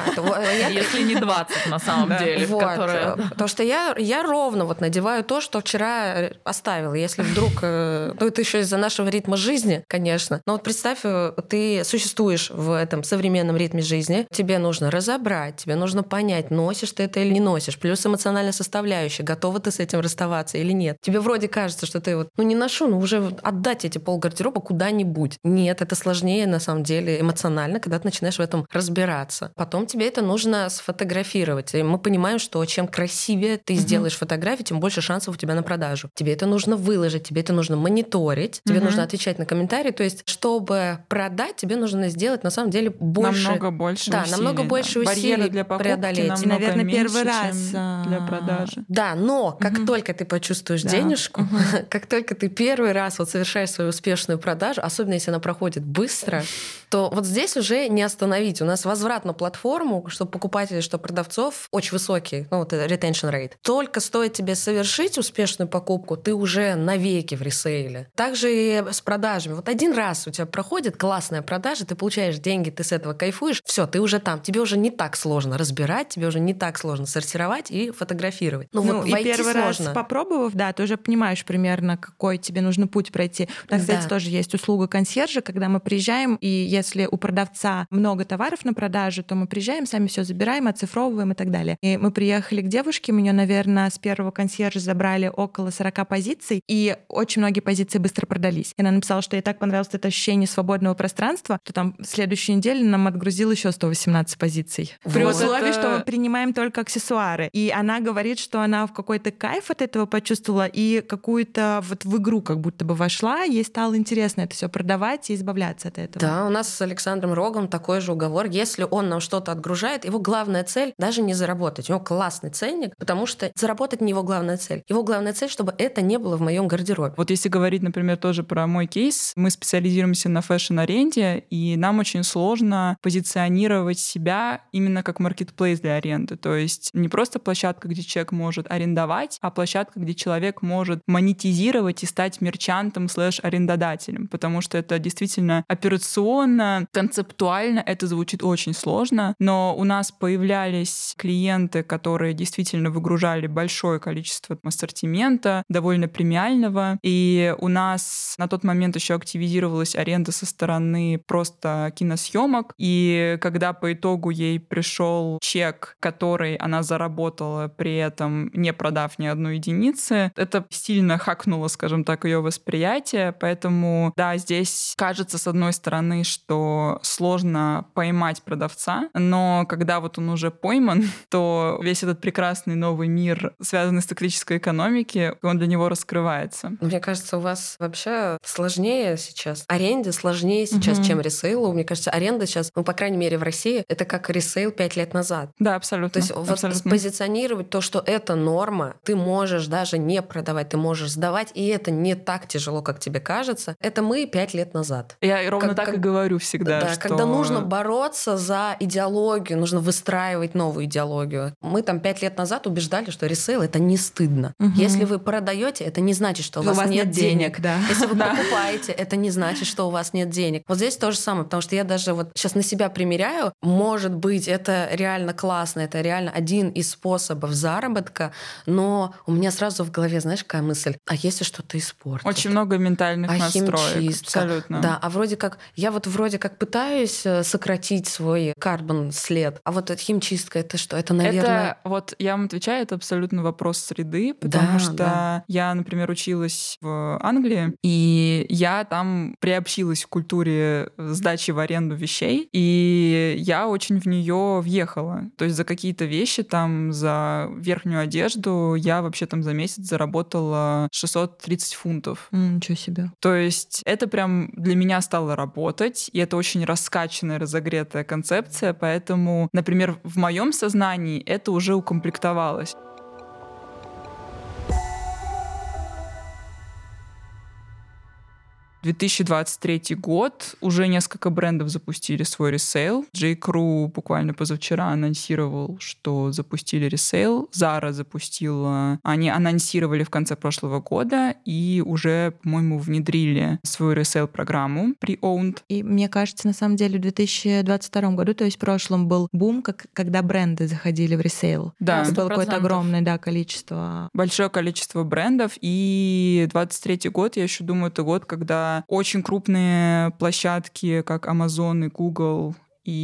Если не 20 на самом деле. Потому что я ровно надеваю то, что вчера оставила. Если вдруг... это еще из-за нашего ритма жизни, конечно. Но представь, ты существуешь в этом современном ритме жизни, тебе нужно разобрать, тебе нужно понять, носишь ты это или не носишь. Плюс эмоциональная составляющая, готова ты с этим расставаться или нет. Тебе вроде кажется, что ты не ношу, уже отдать эти полгардероба куда-нибудь. Нет, это сложнее на самом деле эмоционально, когда ты начинаешь в этом разбираться. Потом тебе это нужно сфотографировать. И мы понимаем, что чем красивее ты сделаешь фотографии, тем больше шансов у тебя на продажу. Тебе это нужно выложить, тебе это нужно мониторить, тебе нужно отвечать на комментарии. То есть, чтобы продать, тебе нужно сделать на самом деле больше... Намного больше усилий. Намного больше усилий барьеры для покупки преодолеть. И, наверное, меньше, первый раз для продажи. Да, но как только ты почувствуешь денежку, как только ты первый раз совершаешь свою успешную продажу, особенно если она проходит быстро, то здесь уже не остановить. У нас возврат на платформу, что покупателей, что продавцов, очень высокий, retention rate. Только стоит тебе совершить успешную покупку, ты уже навеки в ресейле. Также и с продажами. Один раз у тебя проходит классная продажа, ты получаешь деньги, ты с этого кайфуешь, все, ты уже там. Тебе уже не так сложно разбирать, тебе уже не так сложно сортировать и фотографировать. И первый раз попробовав, ты уже понимаешь примерно, какой тебе нужно путь пройти. У нас, кстати, тоже есть услуга консьержа, когда мы приезжаем, и если у продавца много товаров на продаже, то мы приезжаем, сами все забираем, оцифровываем и так далее. И мы приехали к девушке, у нее, наверное, с первого консьержа забрали около 40 позиций, и очень многие позиции быстро продались. И она написала, что ей так понравилось это ощущение свободного пространства, что там в следующей неделе нам отгрузил еще 118 позиций. При условии, что мы принимаем только аксессуары. И она говорит, что она в какой-то кайф от этого почувствовала и какую-то в игру как будто бы вошла, ей стало интересно это все продавать и избавляться от этого. Да, у нас с Александром Рогом такой же уговор. Если он нам что-то отгружает, его главная цель даже не заработать. У него классный ценник, потому что заработать не его главная цель. Его главная цель, чтобы это не было в моем гардеробе. Если говорить, например, тоже про мой кейс, мы специализируемся на фэшн-аренде, и нам очень сложно позиционировать себя именно как маркетплейс для аренды. То есть не просто площадка, где человек может арендовать, а площадка, где человек может монетизировать и стать мерчантом /арендодателем, потому что это действительно операционно, концептуально это звучит очень сложно, но у нас появлялись клиенты, которые действительно выгружали большое количество ассортимента, довольно премиального, и у нас на тот момент еще активизировалась аренда со стороны просто киносъемок, и когда по итогу ей пришел чек, который она заработала, при этом не продав ни одной единицы, это сильно хакнуло, скажем так, ее восприятие, поэтому, да, здесь кажется, с одной стороны, что что сложно поймать продавца, но когда вот он уже пойман, то весь этот прекрасный новый мир, связанный с циклической экономикой, он для него раскрывается. Мне кажется, у вас вообще сложнее сейчас. Аренде сложнее сейчас, чем ресейлу. Мне кажется, аренда сейчас, ну, по крайней мере, в России, это как ресейл 5 лет назад. Да, абсолютно. То есть вот позиционировать то, что это норма, ты можешь даже не продавать, ты можешь сдавать, и это не так тяжело, как тебе кажется. Это мы 5 лет назад. Я ровно так и говорю всегда. Да, что... когда нужно бороться за идеологию, нужно выстраивать новую идеологию. Мы там 5 лет назад убеждали, что ресейл — это не стыдно. Если вы продаете, это не значит, что у вас нет денег. Да. Если вы покупаете, это не значит, что у вас нет денег. Вот здесь то же самое, потому что я даже вот сейчас на себя примеряю. Может быть, это реально классно, это реально один из способов заработка, но у меня сразу в голове, знаешь, какая мысль? А если что-то испортить? Очень много ментальных настроек. Химчистка. Абсолютно. Да, а вроде как, я вот вроде как пытаюсь сократить свой карбон-след, а вот эта химчистка, это что? Это, наверное... Это, вот я вам отвечаю, это абсолютно вопрос среды, потому что я, например, училась в Англии, и я там приобщилась к культуре сдачи в аренду вещей, и я очень в нее въехала. То есть за какие-то вещи, там, за верхнюю одежду я вообще там за месяц заработала 630 фунтов. Ничего себе. То есть это прям для меня стало работать, и это очень раскачанная, разогретая концепция, поэтому, например, в моем сознании это уже укомплектовалось. 2023 год. Уже несколько брендов запустили свой ресейл. J.Crew буквально позавчера анонсировал, что запустили ресейл. Zara запустила... Они анонсировали в конце прошлого года и уже, по-моему, внедрили свою ресейл-программу pre-owned. И мне кажется, на самом деле в 2022 году, то есть в прошлом, был бум, когда бренды заходили в ресейл. Да. Было какое-то огромное количество. Большое количество брендов. И 2023 год, я еще думаю, это год, когда очень крупные площадки, как Amazon и Google,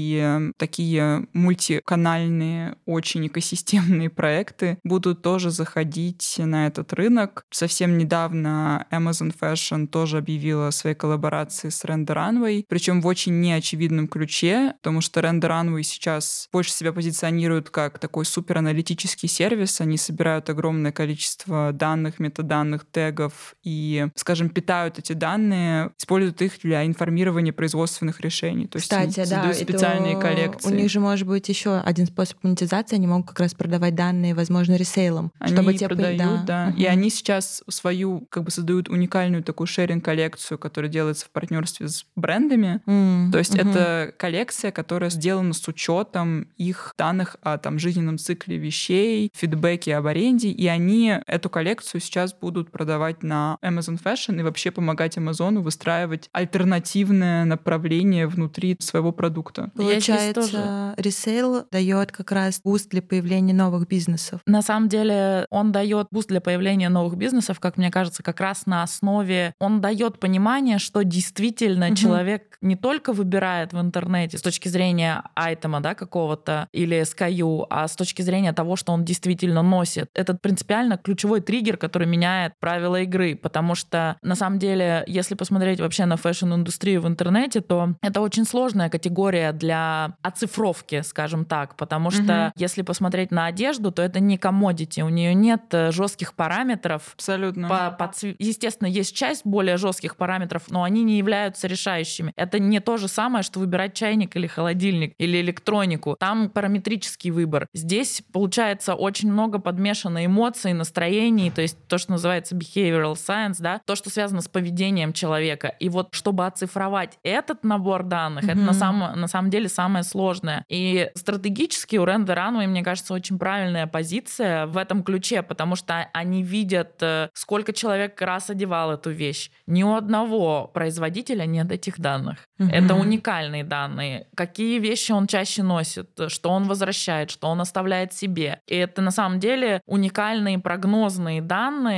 и такие мультиканальные, очень экосистемные проекты будут тоже заходить на этот рынок. Совсем недавно Amazon Fashion тоже объявила свои коллаборации с Render Runway, причем в очень неочевидном ключе, потому что Render Runway сейчас больше себя позиционирует как такой супераналитический сервис. Они собирают огромное количество данных, метаданных, тегов и, скажем, питают эти данные, используют их для информирования производственных решений. То есть кстати, да, специальные коллекции. У них же может быть еще один способ монетизации. Они могут как раз продавать данные, возможно, ресейлом. Они продают, да. И они сейчас свою, как бы, создают уникальную такую шеринг-коллекцию, которая делается в партнерстве с брендами. То есть это коллекция, которая сделана с учетом их данных о там жизненном цикле вещей, фидбэке об аренде, и они эту коллекцию сейчас будут продавать на Amazon Fashion и вообще помогать Амазону выстраивать альтернативное направление внутри своего продукта. Получается, ресейл дает как раз буст для появления новых бизнесов. На самом деле он дает буст для появления новых бизнесов, как мне кажется, как раз на основе, он дает понимание, что действительно человек не только выбирает в интернете с точки зрения айтема, да, какого-то или SKU, а с точки зрения того, что он действительно носит. Это принципиально ключевой триггер, который меняет правила игры, потому что на самом деле, если посмотреть вообще на фэшн-индустрию в интернете, то это очень сложная категория для оцифровки, скажем так, потому что если посмотреть на одежду, то это не коммодити, у нее нет жестких параметров. Абсолютно. Естественно, есть часть более жестких параметров, но они не являются решающими. Это не то же самое, что выбирать чайник или холодильник или электронику. Там параметрический выбор. Здесь получается очень много подмешано эмоций, настроений, то есть то, что называется behavioral science, да, то, что связано с поведением человека. И вот чтобы оцифровать этот набор данных, это на самом деле самое сложное. И стратегически у Render Runway, мне кажется, очень правильная позиция в этом ключе, потому что они видят, сколько человек раз одевал эту вещь. Ни у одного производителя нет этих данных. Это уникальные данные. Какие вещи он чаще носит, что он возвращает, что он оставляет себе. И это на самом деле уникальные прогнозные данные,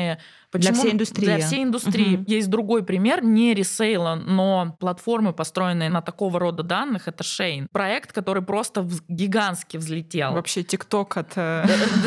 Для всей индустрии. Для всей индустрии. Есть другой пример, не ресейла, но платформы, построенные на такого рода данных, это Shein. Проект, который просто гигантски взлетел. Вообще ТикТок от... Да,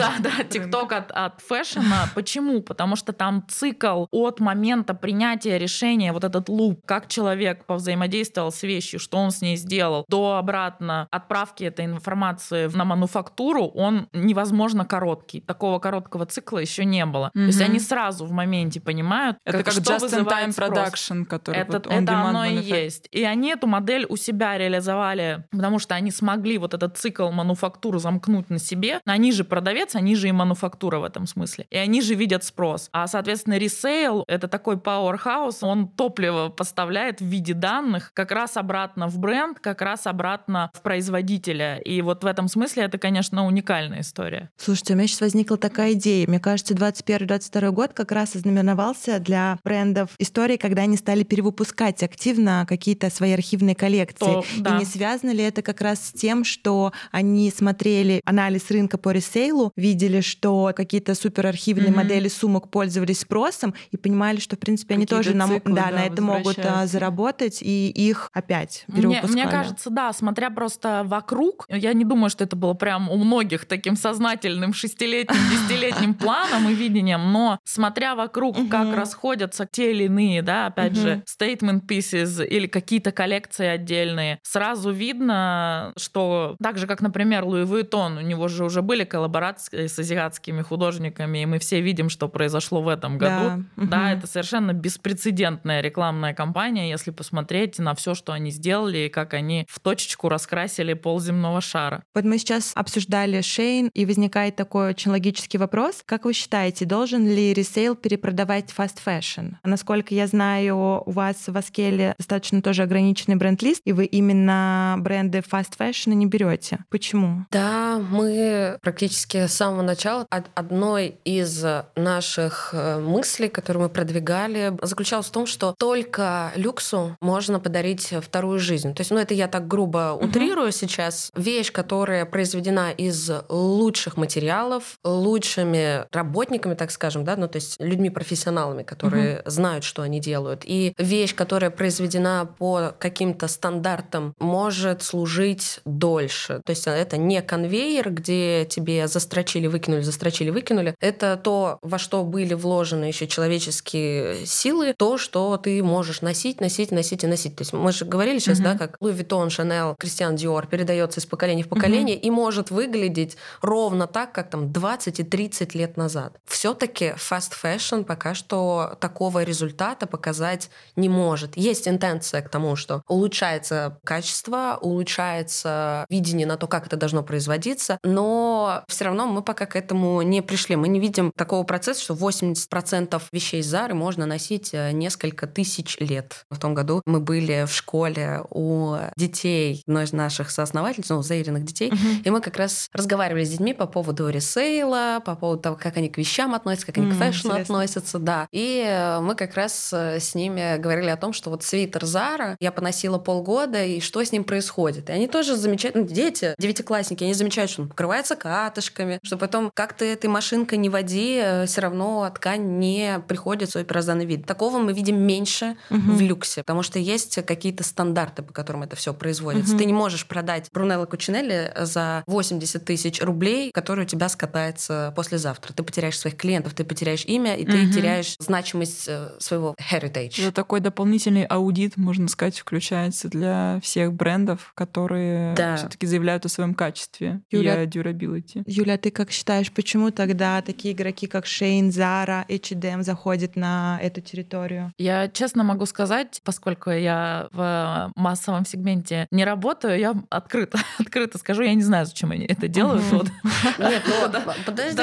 ТикТок от фэшена. Почему? Потому что там цикл от момента принятия решения, вот этот луп, как человек повзаимодействовал с вещью, что он с ней сделал, до обратно отправки этой информации на мануфактуру, он невозможно короткий. Такого короткого цикла еще не было. То есть они сразу в моменте понимают, это как just-in-time production, который это оно и есть. И они эту модель у себя реализовали, потому что они смогли вот этот цикл мануфактуры замкнуть на себе. Они же продавец, они же и мануфактура в этом смысле. И они же видят спрос. А, соответственно, ресейл — это такой powerhouse, он топливо поставляет в виде данных как раз обратно в бренд, как раз обратно в производителя. И вот в этом смысле это, конечно, уникальная история. Слушайте, у меня сейчас возникла такая идея. Мне кажется, 2021-2022 год как раз ознаменовался для брендов историей, когда они стали перевыпускать активно какие-то свои архивные коллекции. И не связано ли это как раз с тем, что они смотрели анализ рынка по ресейлу, видели, что какие-то суперархивные модели сумок пользовались спросом и понимали, что, в принципе, они тоже на это могут заработать, и их опять перевыпускали. Мне кажется, да, смотря просто вокруг, я не думаю, что это было прям у многих таким сознательным 6-летним, 10-летним планом и видением, но смотря вокруг, как расходятся те или иные, да, опять же, statement pieces или какие-то коллекции отдельные, сразу видно, что так же, как, например, Луи Vuitton, у него же уже были коллаборации с азиатскими художниками, и мы все видим, что произошло в этом году. Да, это совершенно беспрецедентная рекламная кампания, если посмотреть на все, что они сделали, и как они в точечку раскрасили полземного шара. Вот мы сейчас обсуждали Shein, и возникает такой очень логический вопрос. Как вы считаете, должен ли ресейл перепродавать fast fashion? Насколько я знаю, у вас в Аскеле достаточно тоже ограниченный бренд-лист, и вы именно бренды fast fashion не берете. Почему? Да, мы практически с самого начала одной из наших мыслей, которую мы продвигали, заключалась в том, что только люксу можно подарить вторую жизнь. То есть, это я так грубо утрирую сейчас. Вещь, которая произведена из лучших материалов, лучшими работниками, так скажем, да, то есть людьми-профессионалами, которые знают, что они делают. И вещь, которая произведена по каким-то стандартам, может служить дольше. То есть это не конвейер, где тебе застрочили, выкинули. Это то, во что были вложены еще человеческие силы, то, что ты можешь носить. То есть мы же говорили сейчас, да, как Louis Vuitton, Chanel, Christian Dior передается из поколения в поколение и может выглядеть ровно так, как там 20 и 30 лет назад. Все-таки fast fashion пока что такого результата показать не может. Есть интенция к тому, что улучшается качество, улучшается видение на то, как это должно производиться, но все равно мы пока к этому не пришли. Мы не видим такого процесса, что 80% вещей Zara можно носить несколько тысяч лет. В том году мы были в школе у детей, одной из наших соосновательниц, заиренных детей, и мы как раз разговаривали с детьми по поводу ресейла, по поводу того, как они к вещам относятся, как они к фэшну относятся, да. И мы как раз с ними говорили о том, что вот свитер Zara я поносила полгода, и что с ним происходит. И они тоже замечают, дети, девятиклассники, они замечают, что он покрывается катышками, что потом как ты этой машинкой не води, все равно ткань не приходит в свой первозданный вид. Такого мы видим меньше в люксе, потому что есть какие-то стандарты, по которым это все производится. Ты не можешь продать Брунелло Кучинелли за 80 тысяч рублей, который у тебя скатается послезавтра. Ты потеряешь своих клиентов, ты потеряешь имя, и ты теряешь значимость своего heritage. Это такой дополнительный аудит, можно сказать, включается для всех брендов, которые все-таки заявляют о своем качестве и о durability. Юля, ты как считаешь, почему тогда такие игроки, как Shein, Zara, H&M заходят на эту территорию? Я честно могу сказать, поскольку я в массовом сегменте не работаю, я открыто скажу, я не знаю, зачем они это делают. Нет, подожди.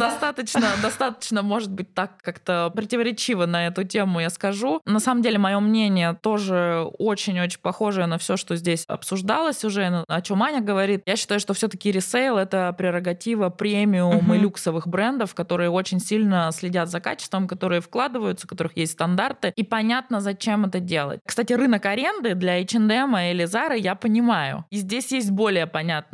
Достаточно, может быть, так как-то противоречиво на эту тему я скажу. На самом деле, мое мнение тоже очень-очень похожее на все, что здесь обсуждалось уже, о чем Аня говорит. Я считаю, что все-таки ресейл — это прерогатива премиум и люксовых брендов, которые очень сильно следят за качеством, которые вкладываются, у которых есть стандарты, и понятно, зачем это делать. Кстати, рынок аренды для H&M или Zara я понимаю. И здесь есть более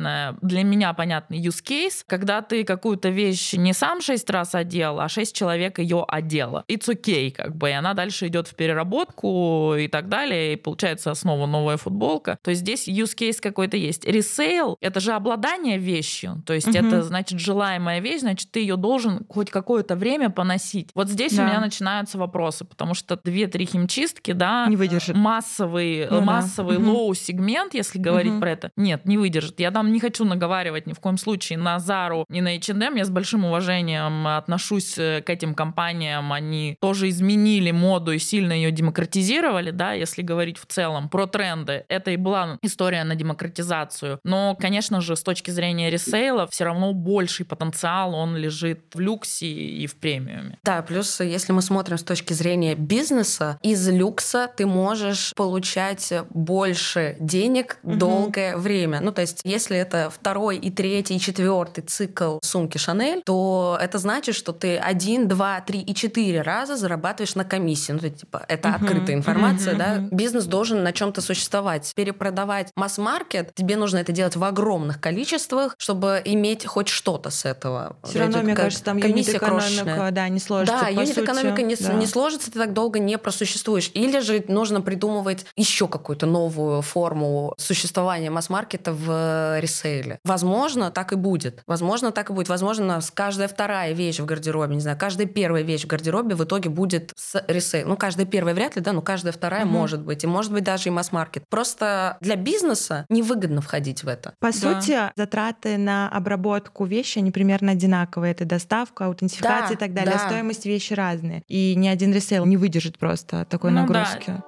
для меня понятный use case, когда ты какую-то вещь не сам 6 раз одел, а 6 человек ее одела. It's okay, как бы, и она дальше идет в переработку и так далее, и получается снова новая футболка. То есть здесь use case какой-то есть. Resale — это же обладание вещью, то есть это, значит, желаемая вещь, значит, ты ее должен хоть какое-то время поносить. Вот здесь у меня начинаются вопросы, потому что 2-3 химчистки, да, не выдержит. Массовый лоу-сегмент, если говорить про это, нет, не выдержит. Я там не хочу наговаривать ни в коем случае на Зару, ни на H&M. Я с большим уважением отношусь к этим компаниям. Они тоже изменили моду и сильно ее демократизировали, да, если говорить в целом про тренды. Это и была история на демократизацию. Но, конечно же, с точки зрения ресейла все равно больший потенциал, он лежит в люксе и в премиуме. Да, плюс, если мы смотрим с точки зрения бизнеса, из люкса ты можешь получать больше денег долгое время. Ну, то есть, если это 2-й, и 3-й, и 4-й цикл сумки Шанель, то это значит, что ты 1, 2, 3 и 4 раза зарабатываешь на комиссии. Ну, типа, это открытая информация, да? Бизнес должен на чем-то существовать. Перепродавать масс-маркет, тебе нужно это делать в огромных количествах, чтобы иметь хоть что-то с этого. Все равно, мне кажется, там юнит-экономика, да, не сложится. Да, юнит-экономика не сложится, ты так долго не просуществуешь. Или же нужно придумывать еще какую-то новую форму существования масс-маркета в ресейле. Возможно, так и будет. Возможно, каждая 2-я вещь в гардеробе, не знаю, каждая 1-я вещь в гардеробе в итоге будет с ресейлом. Ну, каждая 1-я вряд ли, да, но каждая 2-я может быть. И может быть даже и масс-маркет. Просто для бизнеса невыгодно входить в это. По сути, затраты на обработку вещи, они примерно одинаковые. Это доставка, аутентификация и так далее. Стоимость вещи разные. И ни один ресейл не выдержит просто такой нагрузки. Да.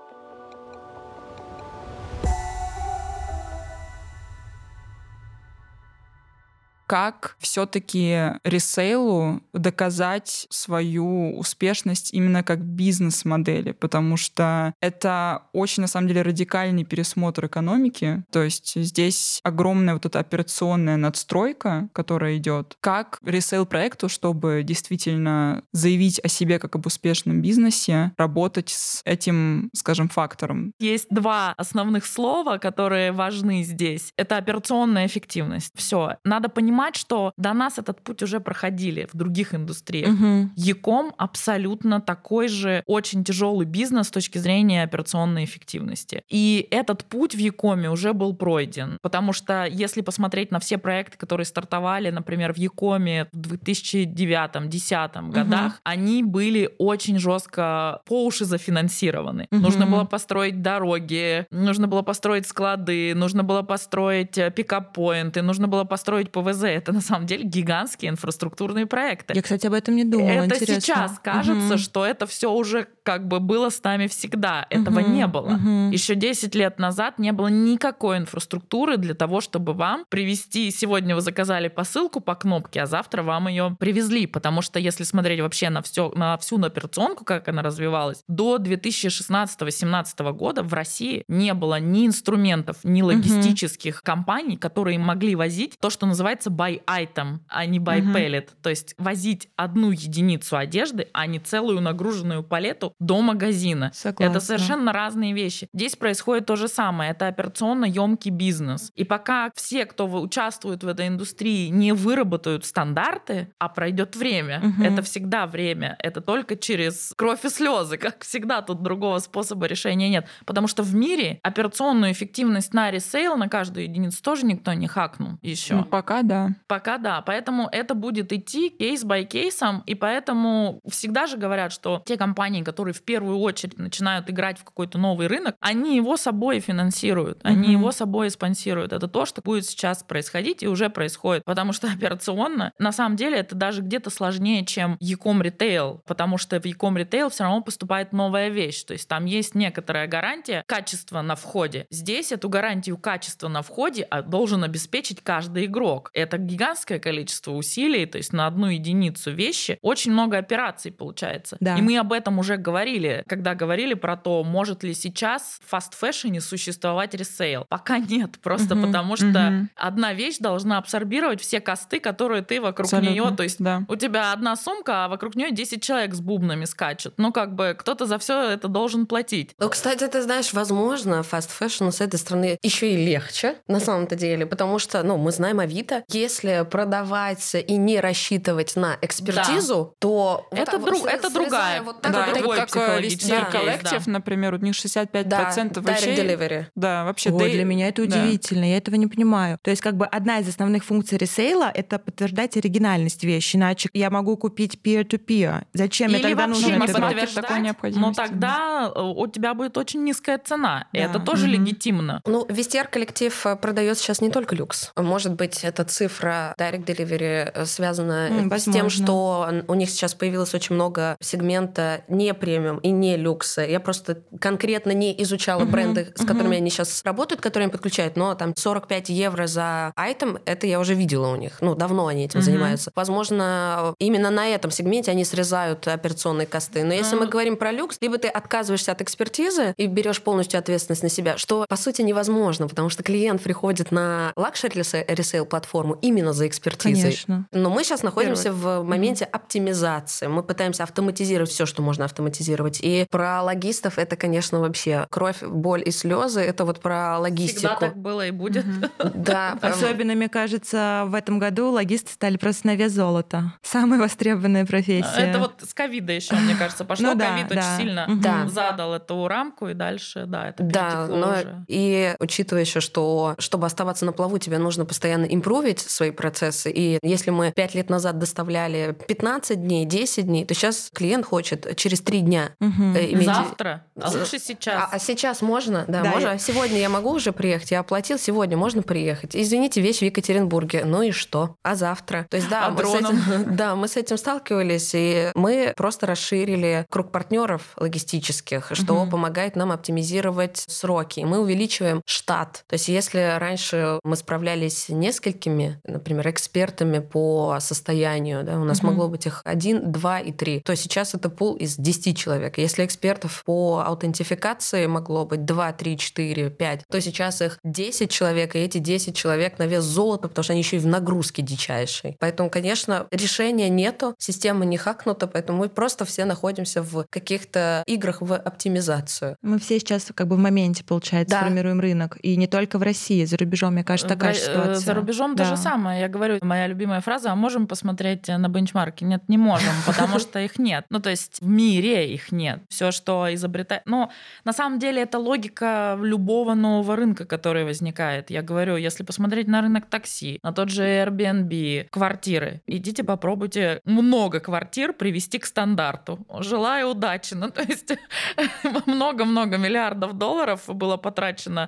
Как все-таки ресейлу доказать свою успешность именно как бизнес-модели, потому что это очень, на самом деле, радикальный пересмотр экономики. То есть здесь огромная вот эта операционная надстройка, которая идет. Как ресейл-проекту, чтобы действительно заявить о себе как об успешном бизнесе, работать с этим, скажем, фактором? Есть 2 основных слова, которые важны здесь. Это операционная эффективность. Все. Надо понимать, что до нас этот путь уже проходили в других индустриях. e-com абсолютно такой же очень тяжелый бизнес с точки зрения операционной эффективности. И этот путь в e-com уже был пройден. Потому что если посмотреть на все проекты, которые стартовали, например, в e-com в 2009-2010 годах, они были очень жестко по уши зафинансированы. Нужно было построить дороги, нужно было построить склады, нужно было построить пикап-поинты, нужно было построить ПВЗ. Это на самом деле гигантские инфраструктурные проекты. Я, кстати, об этом не думала. Это интересно. сейчас кажется, что это все уже как бы было с нами всегда. Этого не было. Еще 10 лет назад не было никакой инфраструктуры для того, чтобы вам привезти. Сегодня вы заказали посылку по кнопке, а завтра вам ее привезли. Потому что если смотреть вообще на всю операционку, как она развивалась, до 2016-2017 года в России не было ни инструментов, ни логистических компаний, которые могли возить то, что называется buy item, а не buy pallet. То есть возить 1 единицу одежды, а не целую нагруженную палету до магазина. Согласна. Это совершенно разные вещи. Здесь происходит то же самое. Это операционно емкий бизнес. И пока все, кто участвует в этой индустрии, не выработают стандарты, а пройдет время, это всегда время, это только через кровь и слезы, как всегда, тут другого способа решения нет. Потому что в мире операционную эффективность на ресейл на каждую единицу тоже никто не хакнул еще. Ну, пока да. Пока да. Поэтому это будет идти кейс-бай-кейсом, и поэтому всегда же говорят, что те компании, которые в первую очередь начинают играть в какой-то новый рынок, они его собой финансируют, они его собой спонсируют. Это то, что будет сейчас происходить и уже происходит. Потому что операционно, на самом деле, это даже где-то сложнее, чем e-com retail, потому что в e-com retail все равно поступает новая вещь. То есть там есть некоторая гарантия качества на входе. Здесь эту гарантию качества на входе должен обеспечить каждый игрок. Это гигантское количество усилий, то есть на 1 единицу вещи очень много операций получается. Да. И мы об этом уже говорили, когда говорили про то, может ли сейчас в фаст-фэшне существовать ресейл. Пока нет, просто потому что одна вещь должна абсорбировать все косты, которые ты вокруг нее. То есть у тебя 1 сумка, а вокруг нее 10 человек с бубнами скачут. Ну, как бы кто-то за все это должен платить. Ну, кстати, ты знаешь, возможно, фаст-фэшн с этой стороны еще и легче, на самом-то деле, потому что, мы знаем Авито, если продавать и не рассчитывать на экспертизу, то... Это другая. Как Вестир Коллектив, например, у них 65% вещей... Delivery. Да, вообще. Для меня это удивительно, я этого не понимаю. То есть одна из основных функций ресейла — это подтверждать оригинальность вещи, иначе я могу купить peer-to-peer. Зачем мне тогда нужно не это подтверждать, такой необходимости? Но тогда у тебя будет очень низкая цена, и это тоже легитимно. Вестир Коллектив продает сейчас не только люкс. Может быть, эта цифра Direct Delivery связана с тем, что у них сейчас появилось очень много сегмента не премиум и не люкса. Я просто конкретно не изучала бренды, с которыми они сейчас работают, которые им подключают, но там 45 евро за айтем, это я уже видела у них. Давно они этим занимаются. Возможно, именно на этом сегменте они срезают операционные косты. Но если мы говорим про люкс, либо ты отказываешься от экспертизы и берешь полностью ответственность на себя, что по сути невозможно, потому что клиент приходит на лакшери ресейл платформу именно за экспертизой. Конечно. Но мы сейчас находимся в моменте оптимизации. Мы пытаемся автоматизировать все, что можно автоматизировать. И про логистов это, конечно, вообще кровь, боль и слезы. Это вот про логистику. Всегда так было и будет. Да. Особенно, мне кажется, в этом году логисты стали просто на вес золота. Самая востребованная профессия. Это вот с ковида еще, мне кажется, пошло. Ковид очень сильно задал эту рамку, и дальше, это перетекло уже. И учитывая еще, что чтобы оставаться на плаву, тебе нужно постоянно импровить свои процессы. И если мы 5 лет назад доставляли 15 дней, 10 дней, то сейчас клиент хочет через 3 дня иметь... Завтра, а лучше сейчас. А сейчас можно? Да, можно. Сегодня я могу уже приехать, я оплатил, сегодня можно приехать. Извините, вещь в Екатеринбурге. Ну и что? А завтра? То есть мы с этим сталкивались, и мы просто расширили круг партнеров логистических, что помогает нам оптимизировать сроки. И мы увеличиваем штат. То есть если раньше мы справлялись с несколькими, например, экспертами по состоянию, у нас могло быть их 1, 2 и 3, то сейчас это пул из 10 человек. Если экспертов по аутентификации могло быть 2, 3, 4, 5, то сейчас их 10 человек, и эти 10 человек на вес золота, потому что они еще и в нагрузке дичайшей. Поэтому, конечно, решения нету, система не хакнута, поэтому мы просто все находимся в каких-то играх в оптимизацию. Мы все сейчас в моменте, получается, формируем рынок. И не только в России, за рубежом, мне кажется, такая ситуация. За рубежом то же самое. Я говорю, моя любимая фраза: а можем посмотреть на бенчмарки? Нет, не можем, потому что их нет. То есть в мире их нет. Все, что изобретает... Но на самом деле это логика любого нового рынка, который возникает. Я говорю, если посмотреть на рынок такси, на тот же Airbnb, квартиры, идите попробуйте много квартир привести к стандарту. Желаю удачи. То есть много-много миллиардов долларов было потрачено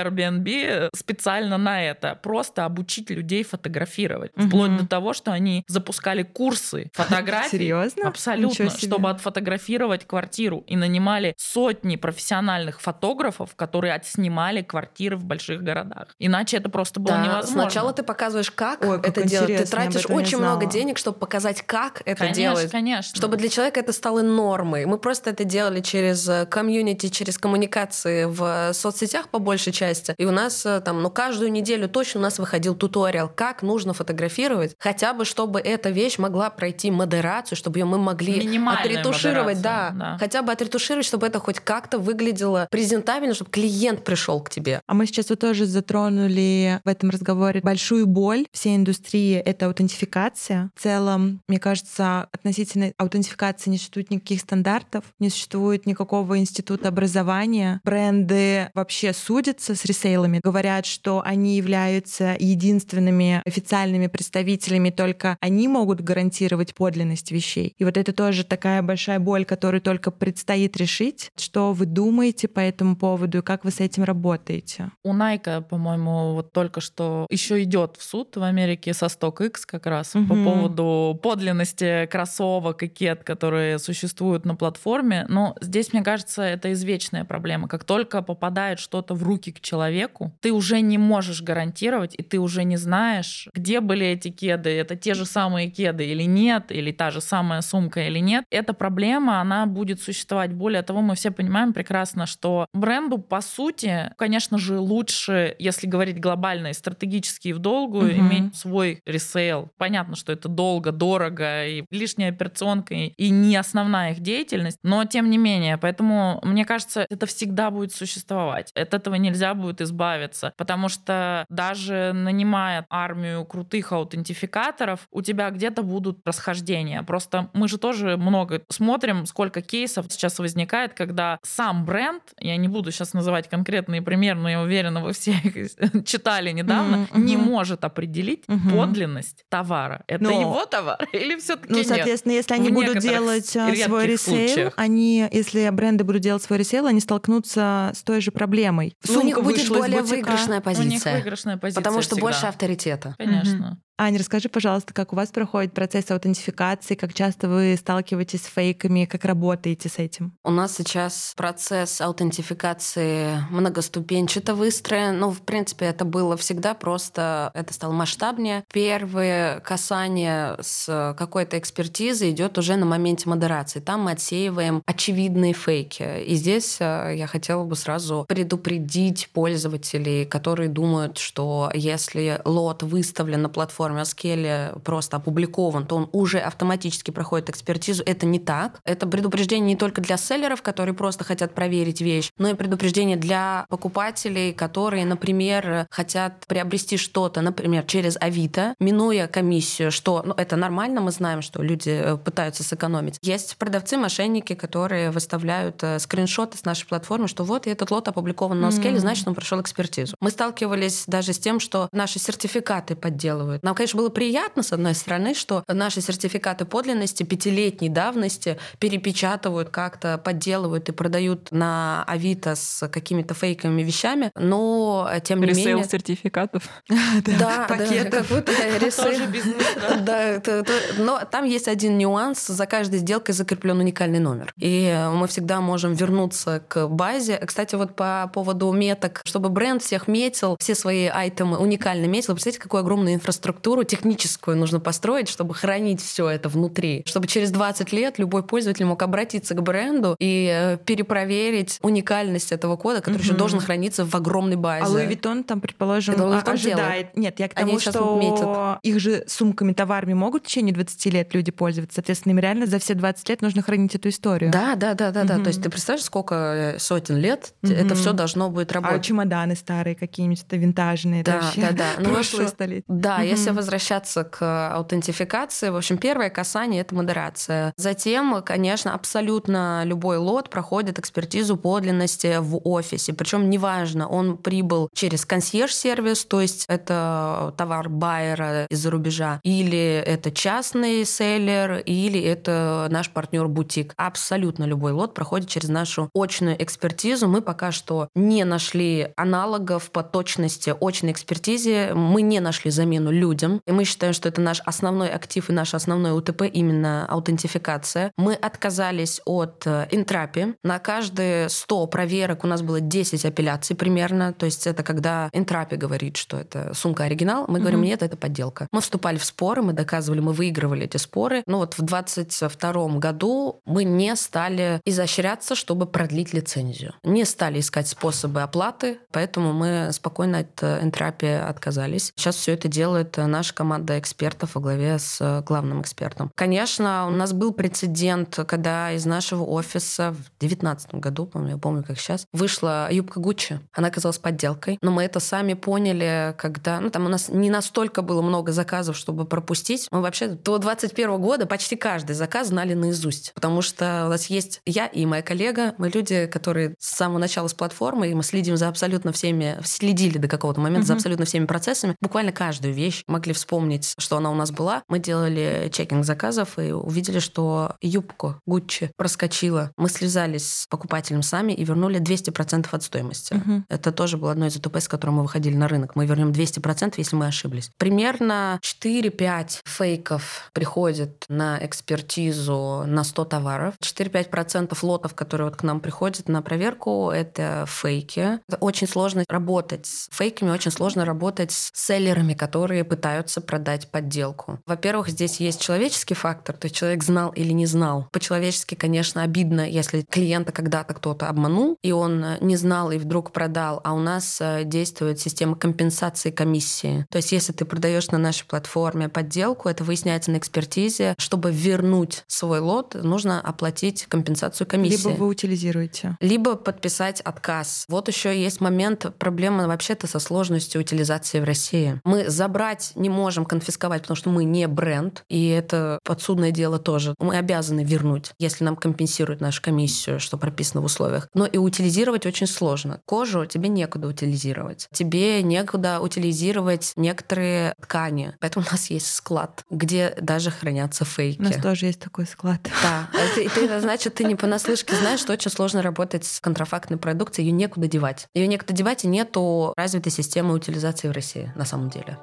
Airbnb специально на это. Просто обучить людей фотографировать. Вплоть до того, что они запускали курсы фотографий. Серьезно? Абсолютно. Чтобы отфотографировать квартиру. И нанимали сотни профессиональных фотографов, которые отснимали квартиры в больших городах. Иначе это просто было невозможно. Сначала ты показываешь, как это делать. Ты тратишь очень много денег, чтобы показать, как это делать. Конечно. Чтобы для человека это стало нормой. Мы просто это делали через комьюнити, через коммуникации в соцсетях по большей части. И у нас каждую неделю точно у нас выходил туториал, как нужно фотографировать, хотя бы чтобы эта вещь могла пройти модерацию, чтобы ее мы могли отретушировать. Хотя бы отретушировать, чтобы это хоть как-то выглядело презентабельно, чтобы клиент пришел к тебе. А мы сейчас тоже затронули в этом разговоре большую боль всей индустрии — это аутентификация. В целом, мне кажется, относительно аутентификации не существует никаких стандартов, не существует никакого института образования. Бренды вообще судятся с ресейлами, говорят, что они являются единственными официальными представителями, только они могут гарантировать подлинность вещей. И вот это тоже такая большая боль, которую только предстоит решить. Что вы думаете по этому поводу и как вы с этим работаете? У Nike, по-моему, вот только что еще идет в суд в Америке со StockX как раз по поводу подлинности кроссовок и кед, которые существуют на платформе. Но здесь, мне кажется, это извечная проблема. Как только попадает что-то в руки к человеку, ты уже не можешь гарантировать, и ты уже не знаешь, где были эти кеды, это те же самые кеды или нет, или та же самая сумка или нет. Эта проблема, она будет существовать. Более того, мы все понимаем прекрасно, что бренду, по сути, конечно же, лучше, если говорить глобально и стратегически и в долгую, иметь свой ресейл. Понятно, что это долго, дорого, и лишняя операционка, и не основная их деятельность, но тем не менее. Поэтому, мне кажется, это всегда будет существовать. От этого нельзя будет избавиться, потому что даже нанимая армию крутых аутентификаторов, у тебя где-то будут расхождения. Просто мы же тоже много смотрим, сколько кейсов сейчас возникает, когда сам бренд, я не буду сейчас называть конкретные примеры, но я уверена, вы все их читали недавно, не может определить подлинность товара. Это его товар или все-таки нет? Соответственно, если они будут делать свой ресейл, если бренды будут делать свой ресейл, они столкнутся с той же проблемой. У них будет более выигрышная позиция. У них выигрышная позиция потому что всегда. больше авторитета. Конечно. Аня, расскажи, пожалуйста, как у вас проходит процесс аутентификации, как часто вы сталкиваетесь с фейками, как работаете с этим? У нас сейчас процесс аутентификации многоступенчато выстроен. В принципе, это было всегда, просто это стало масштабнее. Первое касание с какой-то экспертизы идет уже на моменте модерации. Там мы отсеиваем очевидные фейки. И здесь я хотела бы сразу предупредить пользователей, которые думают, что если лот выставлен на платформе Askelly, просто опубликован, то он уже автоматически проходит экспертизу. Это не так. Это предупреждение не только для селлеров, которые просто хотят проверить вещь, но и предупреждение для покупателей, которые, например, хотят приобрести что-то, например, через Авито, минуя комиссию, что это нормально, мы знаем, что люди пытаются сэкономить. Есть продавцы-мошенники, которые выставляют скриншоты с нашей платформы, что вот этот лот опубликован на Askelly, значит, он прошел экспертизу. Мы сталкивались даже с тем, что наши сертификаты подделывают. Нам, конечно, было приятно, с одной стороны, что наши сертификаты подлинности 5-летней давности перепечатывают как-то, подделывают и продают на Авито с какими-то фейковыми вещами, но тем не менее... Ресейл сертификатов. Да, как будто ресейл. Да, но там есть один нюанс. За каждой сделкой закреплен уникальный номер. И мы всегда можем вернуться к базе. Кстати, вот по поводу меток, чтобы бренд всех метил, все свои айтемы уникально метил. Представляете, какую огромную инфраструктуру техническую нужно построить, чтобы хранить все это внутри. Чтобы через 20 лет любой пользователь мог обратиться к бренду и перепроверить уникальность этого кода, который еще должен храниться в огромной базе. А Louis Vuitton там, предположим, ожидает. Нет, я к тому, что метят. Их же сумками, товарами могут в течение 20 лет люди пользоваться. Соответственно, им реально за все 20 лет нужно хранить эту историю. Да. То есть ты представляешь, сколько сотен лет это все должно будет работать. А чемоданы старые какие-нибудь, это винтажные. Да. Прошлое столетие. Да, если возвращаться к аутентификации, в общем, первое касание — это модерация. Затем, конечно, абсолютно любой лот проходит экспертизу подлинности в офисе. Причем неважно, он прибыл через консьерж-сервис, то есть это товар байера из-за рубежа, или это частный селлер, или это наш партнер-бутик. Абсолютно любой лот проходит через нашу очную экспертизу. Мы пока что не нашли аналогов по точности очной экспертизе. Мы не нашли замену людям. И мы считаем, что это наш основной актив и наш основной УТП, именно аутентификация. Мы отказались от Интрапи. На каждые 100 проверок у нас было 10 апелляций примерно. То есть это когда Интрапи говорит, что это сумка оригинал, мы говорим, нет, это подделка. Мы вступали в споры, мы доказывали, мы выигрывали эти споры. Но вот в 2022 году мы не стали изощряться, чтобы продлить лицензию. Не стали искать способы оплаты, поэтому мы спокойно от Интрапи отказались. Сейчас все это делает наша команда экспертов во главе с главным экспертом. Конечно, у нас был прецедент, когда из нашего офиса в 2019 году, я помню, как сейчас, вышла юбка Гуччи. Она оказалась подделкой. Но мы это сами поняли, когда... там у нас не настолько было много заказов, чтобы пропустить. Мы вообще до 2021 года почти каждый заказ знали наизусть. Потому что у нас есть я и моя коллега. Мы люди, которые с самого начала с платформы, и мы следим за абсолютно всеми... Следили до какого-то момента за абсолютно всеми процессами. Буквально каждую вещь могли вспомнить, что она у нас была. Мы делали чекинг заказов и увидели, что юбку Гуччи проскочила. Мы связались с покупателем сами и вернули 200% от стоимости. Это тоже было одно из УТП, с которым мы выходили на рынок. Мы вернем 200%, если мы ошиблись. Примерно 4-5 фейков приходят на экспертизу на 100 товаров. 4-5% лотов, которые к нам приходят на проверку, это фейки. Это очень сложно работать с фейками, очень сложно работать с селлерами, которые пытаются продать подделку. Во-первых, здесь есть человеческий фактор, то есть человек знал или не знал. По-человечески, конечно, обидно, если клиента когда-то кто-то обманул, и он не знал и вдруг продал, а у нас действует система компенсации комиссии. То есть если ты продаешь на нашей платформе подделку, это выясняется на экспертизе. Чтобы вернуть свой лот, нужно оплатить компенсацию комиссии. Либо вы утилизируете. Либо подписать отказ. Вот еще есть момент, проблема вообще-то со сложностью утилизации в России. Мы забрать не можем конфисковать, потому что мы не бренд, и это подсудное дело тоже. Мы обязаны вернуть, если нам компенсируют нашу комиссию, что прописано в условиях. Но и утилизировать очень сложно. Кожу тебе некуда утилизировать. Тебе некуда утилизировать некоторые ткани. Поэтому у нас есть склад, где даже хранятся фейки. У нас тоже есть такой склад. Да. Это значит, ты не понаслышке знаешь, что очень сложно работать с контрафактной продукцией. Ее некуда девать. Ее некуда девать, и нету развитой системы утилизации в России на самом деле.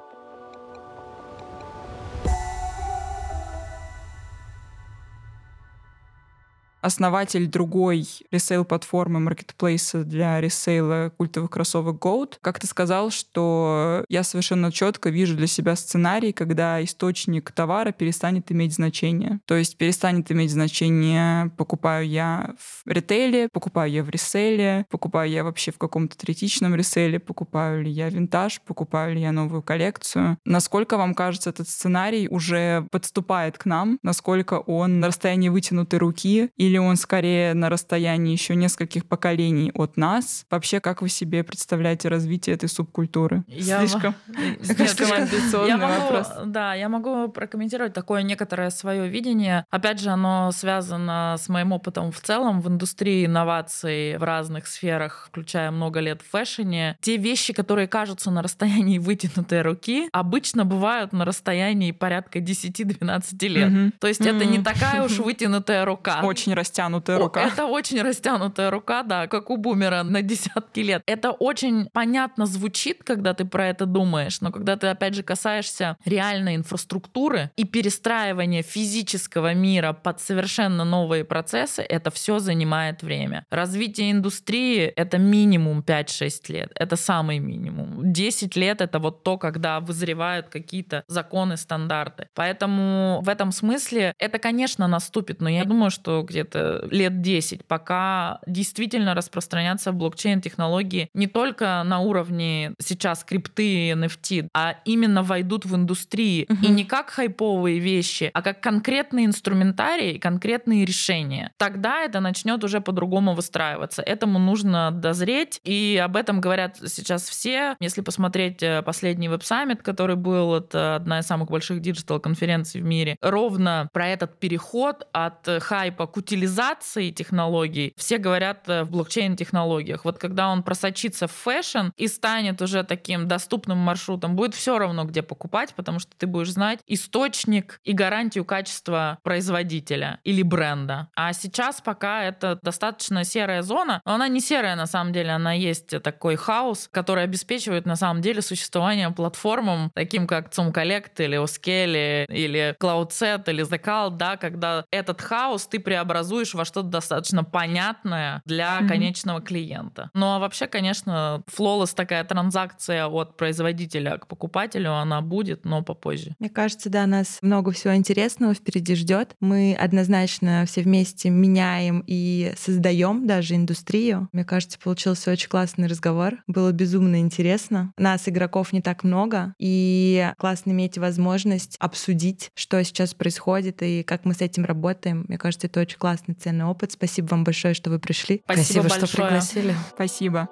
Основатель другой ресейл-платформы, маркетплейса для ресейла культовых кроссовок GOAT, как-то сказал, что я совершенно четко вижу для себя сценарий, когда источник товара перестанет иметь значение. То есть перестанет иметь значение, покупаю я в ритейле, покупаю я в ресейле, покупаю я вообще в каком-то третичном ресейле, покупаю ли я винтаж, покупаю ли я новую коллекцию. Насколько вам кажется, этот сценарий уже подступает к нам? Насколько он на расстоянии вытянутой руки? Или он скорее на расстоянии еще нескольких поколений от нас? Вообще, как вы себе представляете развитие этой субкультуры? Слишком амбициозный вопрос. Да, я могу прокомментировать такое некоторое свое видение. Опять же, оно связано с моим опытом в целом в индустрии инноваций в разных сферах, включая много лет в фэшне. Те вещи, которые кажутся на расстоянии вытянутой руки, обычно бывают на расстоянии порядка 10-12 лет. То есть это не такая уж вытянутая рука. Очень растянутая рука. Это очень растянутая рука, да, как у бумера на десятки лет. Это очень понятно звучит, когда ты про это думаешь, но когда ты, опять же, касаешься реальной инфраструктуры и перестраивания физического мира под совершенно новые процессы, это все занимает время. Развитие индустрии — это минимум 5-6 лет. Это самый минимум. 10 лет — это вот то, когда вызревают какие-то законы, стандарты. Поэтому в этом смысле это, конечно, наступит, но я думаю, что где-то лет 10, пока действительно распространятся блокчейн-технологии не только на уровне сейчас крипты и NFT, а именно войдут в индустрии. И не как хайповые вещи, а как конкретный инструментарий, конкретные решения. Тогда это начнет уже по-другому выстраиваться. Этому нужно дозреть, и об этом говорят сейчас все. Если посмотреть последний веб-саммит, который был, это одна из самых больших диджитал-конференций в мире, ровно про этот переход от хайпа к утилизации технологий, все говорят в блокчейн-технологиях. Вот когда он просочится в фэшн и станет уже таким доступным маршрутом, будет все равно, где покупать, потому что ты будешь знать источник и гарантию качества производителя или бренда. А сейчас пока это достаточно серая зона, но она не серая на самом деле, она есть такой хаос, который обеспечивает на самом деле существование платформам, таким как Zoom-Collect или Oskelly или CloudSet или The Cult, да, когда этот хаос ты преобразуешь во что-то достаточно понятное для конечного клиента. Ну а вообще, конечно, flawless такая транзакция от производителя к покупателю, она будет, но попозже. Мне кажется, да, нас много всего интересного впереди ждет. Мы однозначно все вместе меняем и создаем даже индустрию. Мне кажется, получился очень классный разговор. Было безумно интересно. Нас, игроков, не так много, и классно иметь возможность обсудить, что сейчас происходит и как мы с этим работаем. Мне кажется, это очень классно. Ценный опыт. Спасибо вам большое, что вы пришли. Спасибо что пригласили. Спасибо.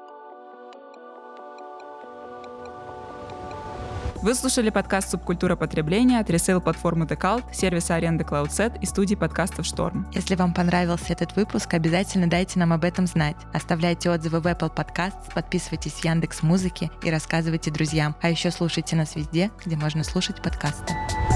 Вы слушали подкаст «Субкультура потребления» от ресейл-платформы The Cult, сервиса аренды CloudSet и студии подкастов «Шторм». Если вам понравился этот выпуск, обязательно дайте нам об этом знать. Оставляйте отзывы в Apple Podcasts, подписывайтесь в Яндекс.Музыке и рассказывайте друзьям. А еще слушайте нас везде, где можно слушать подкасты.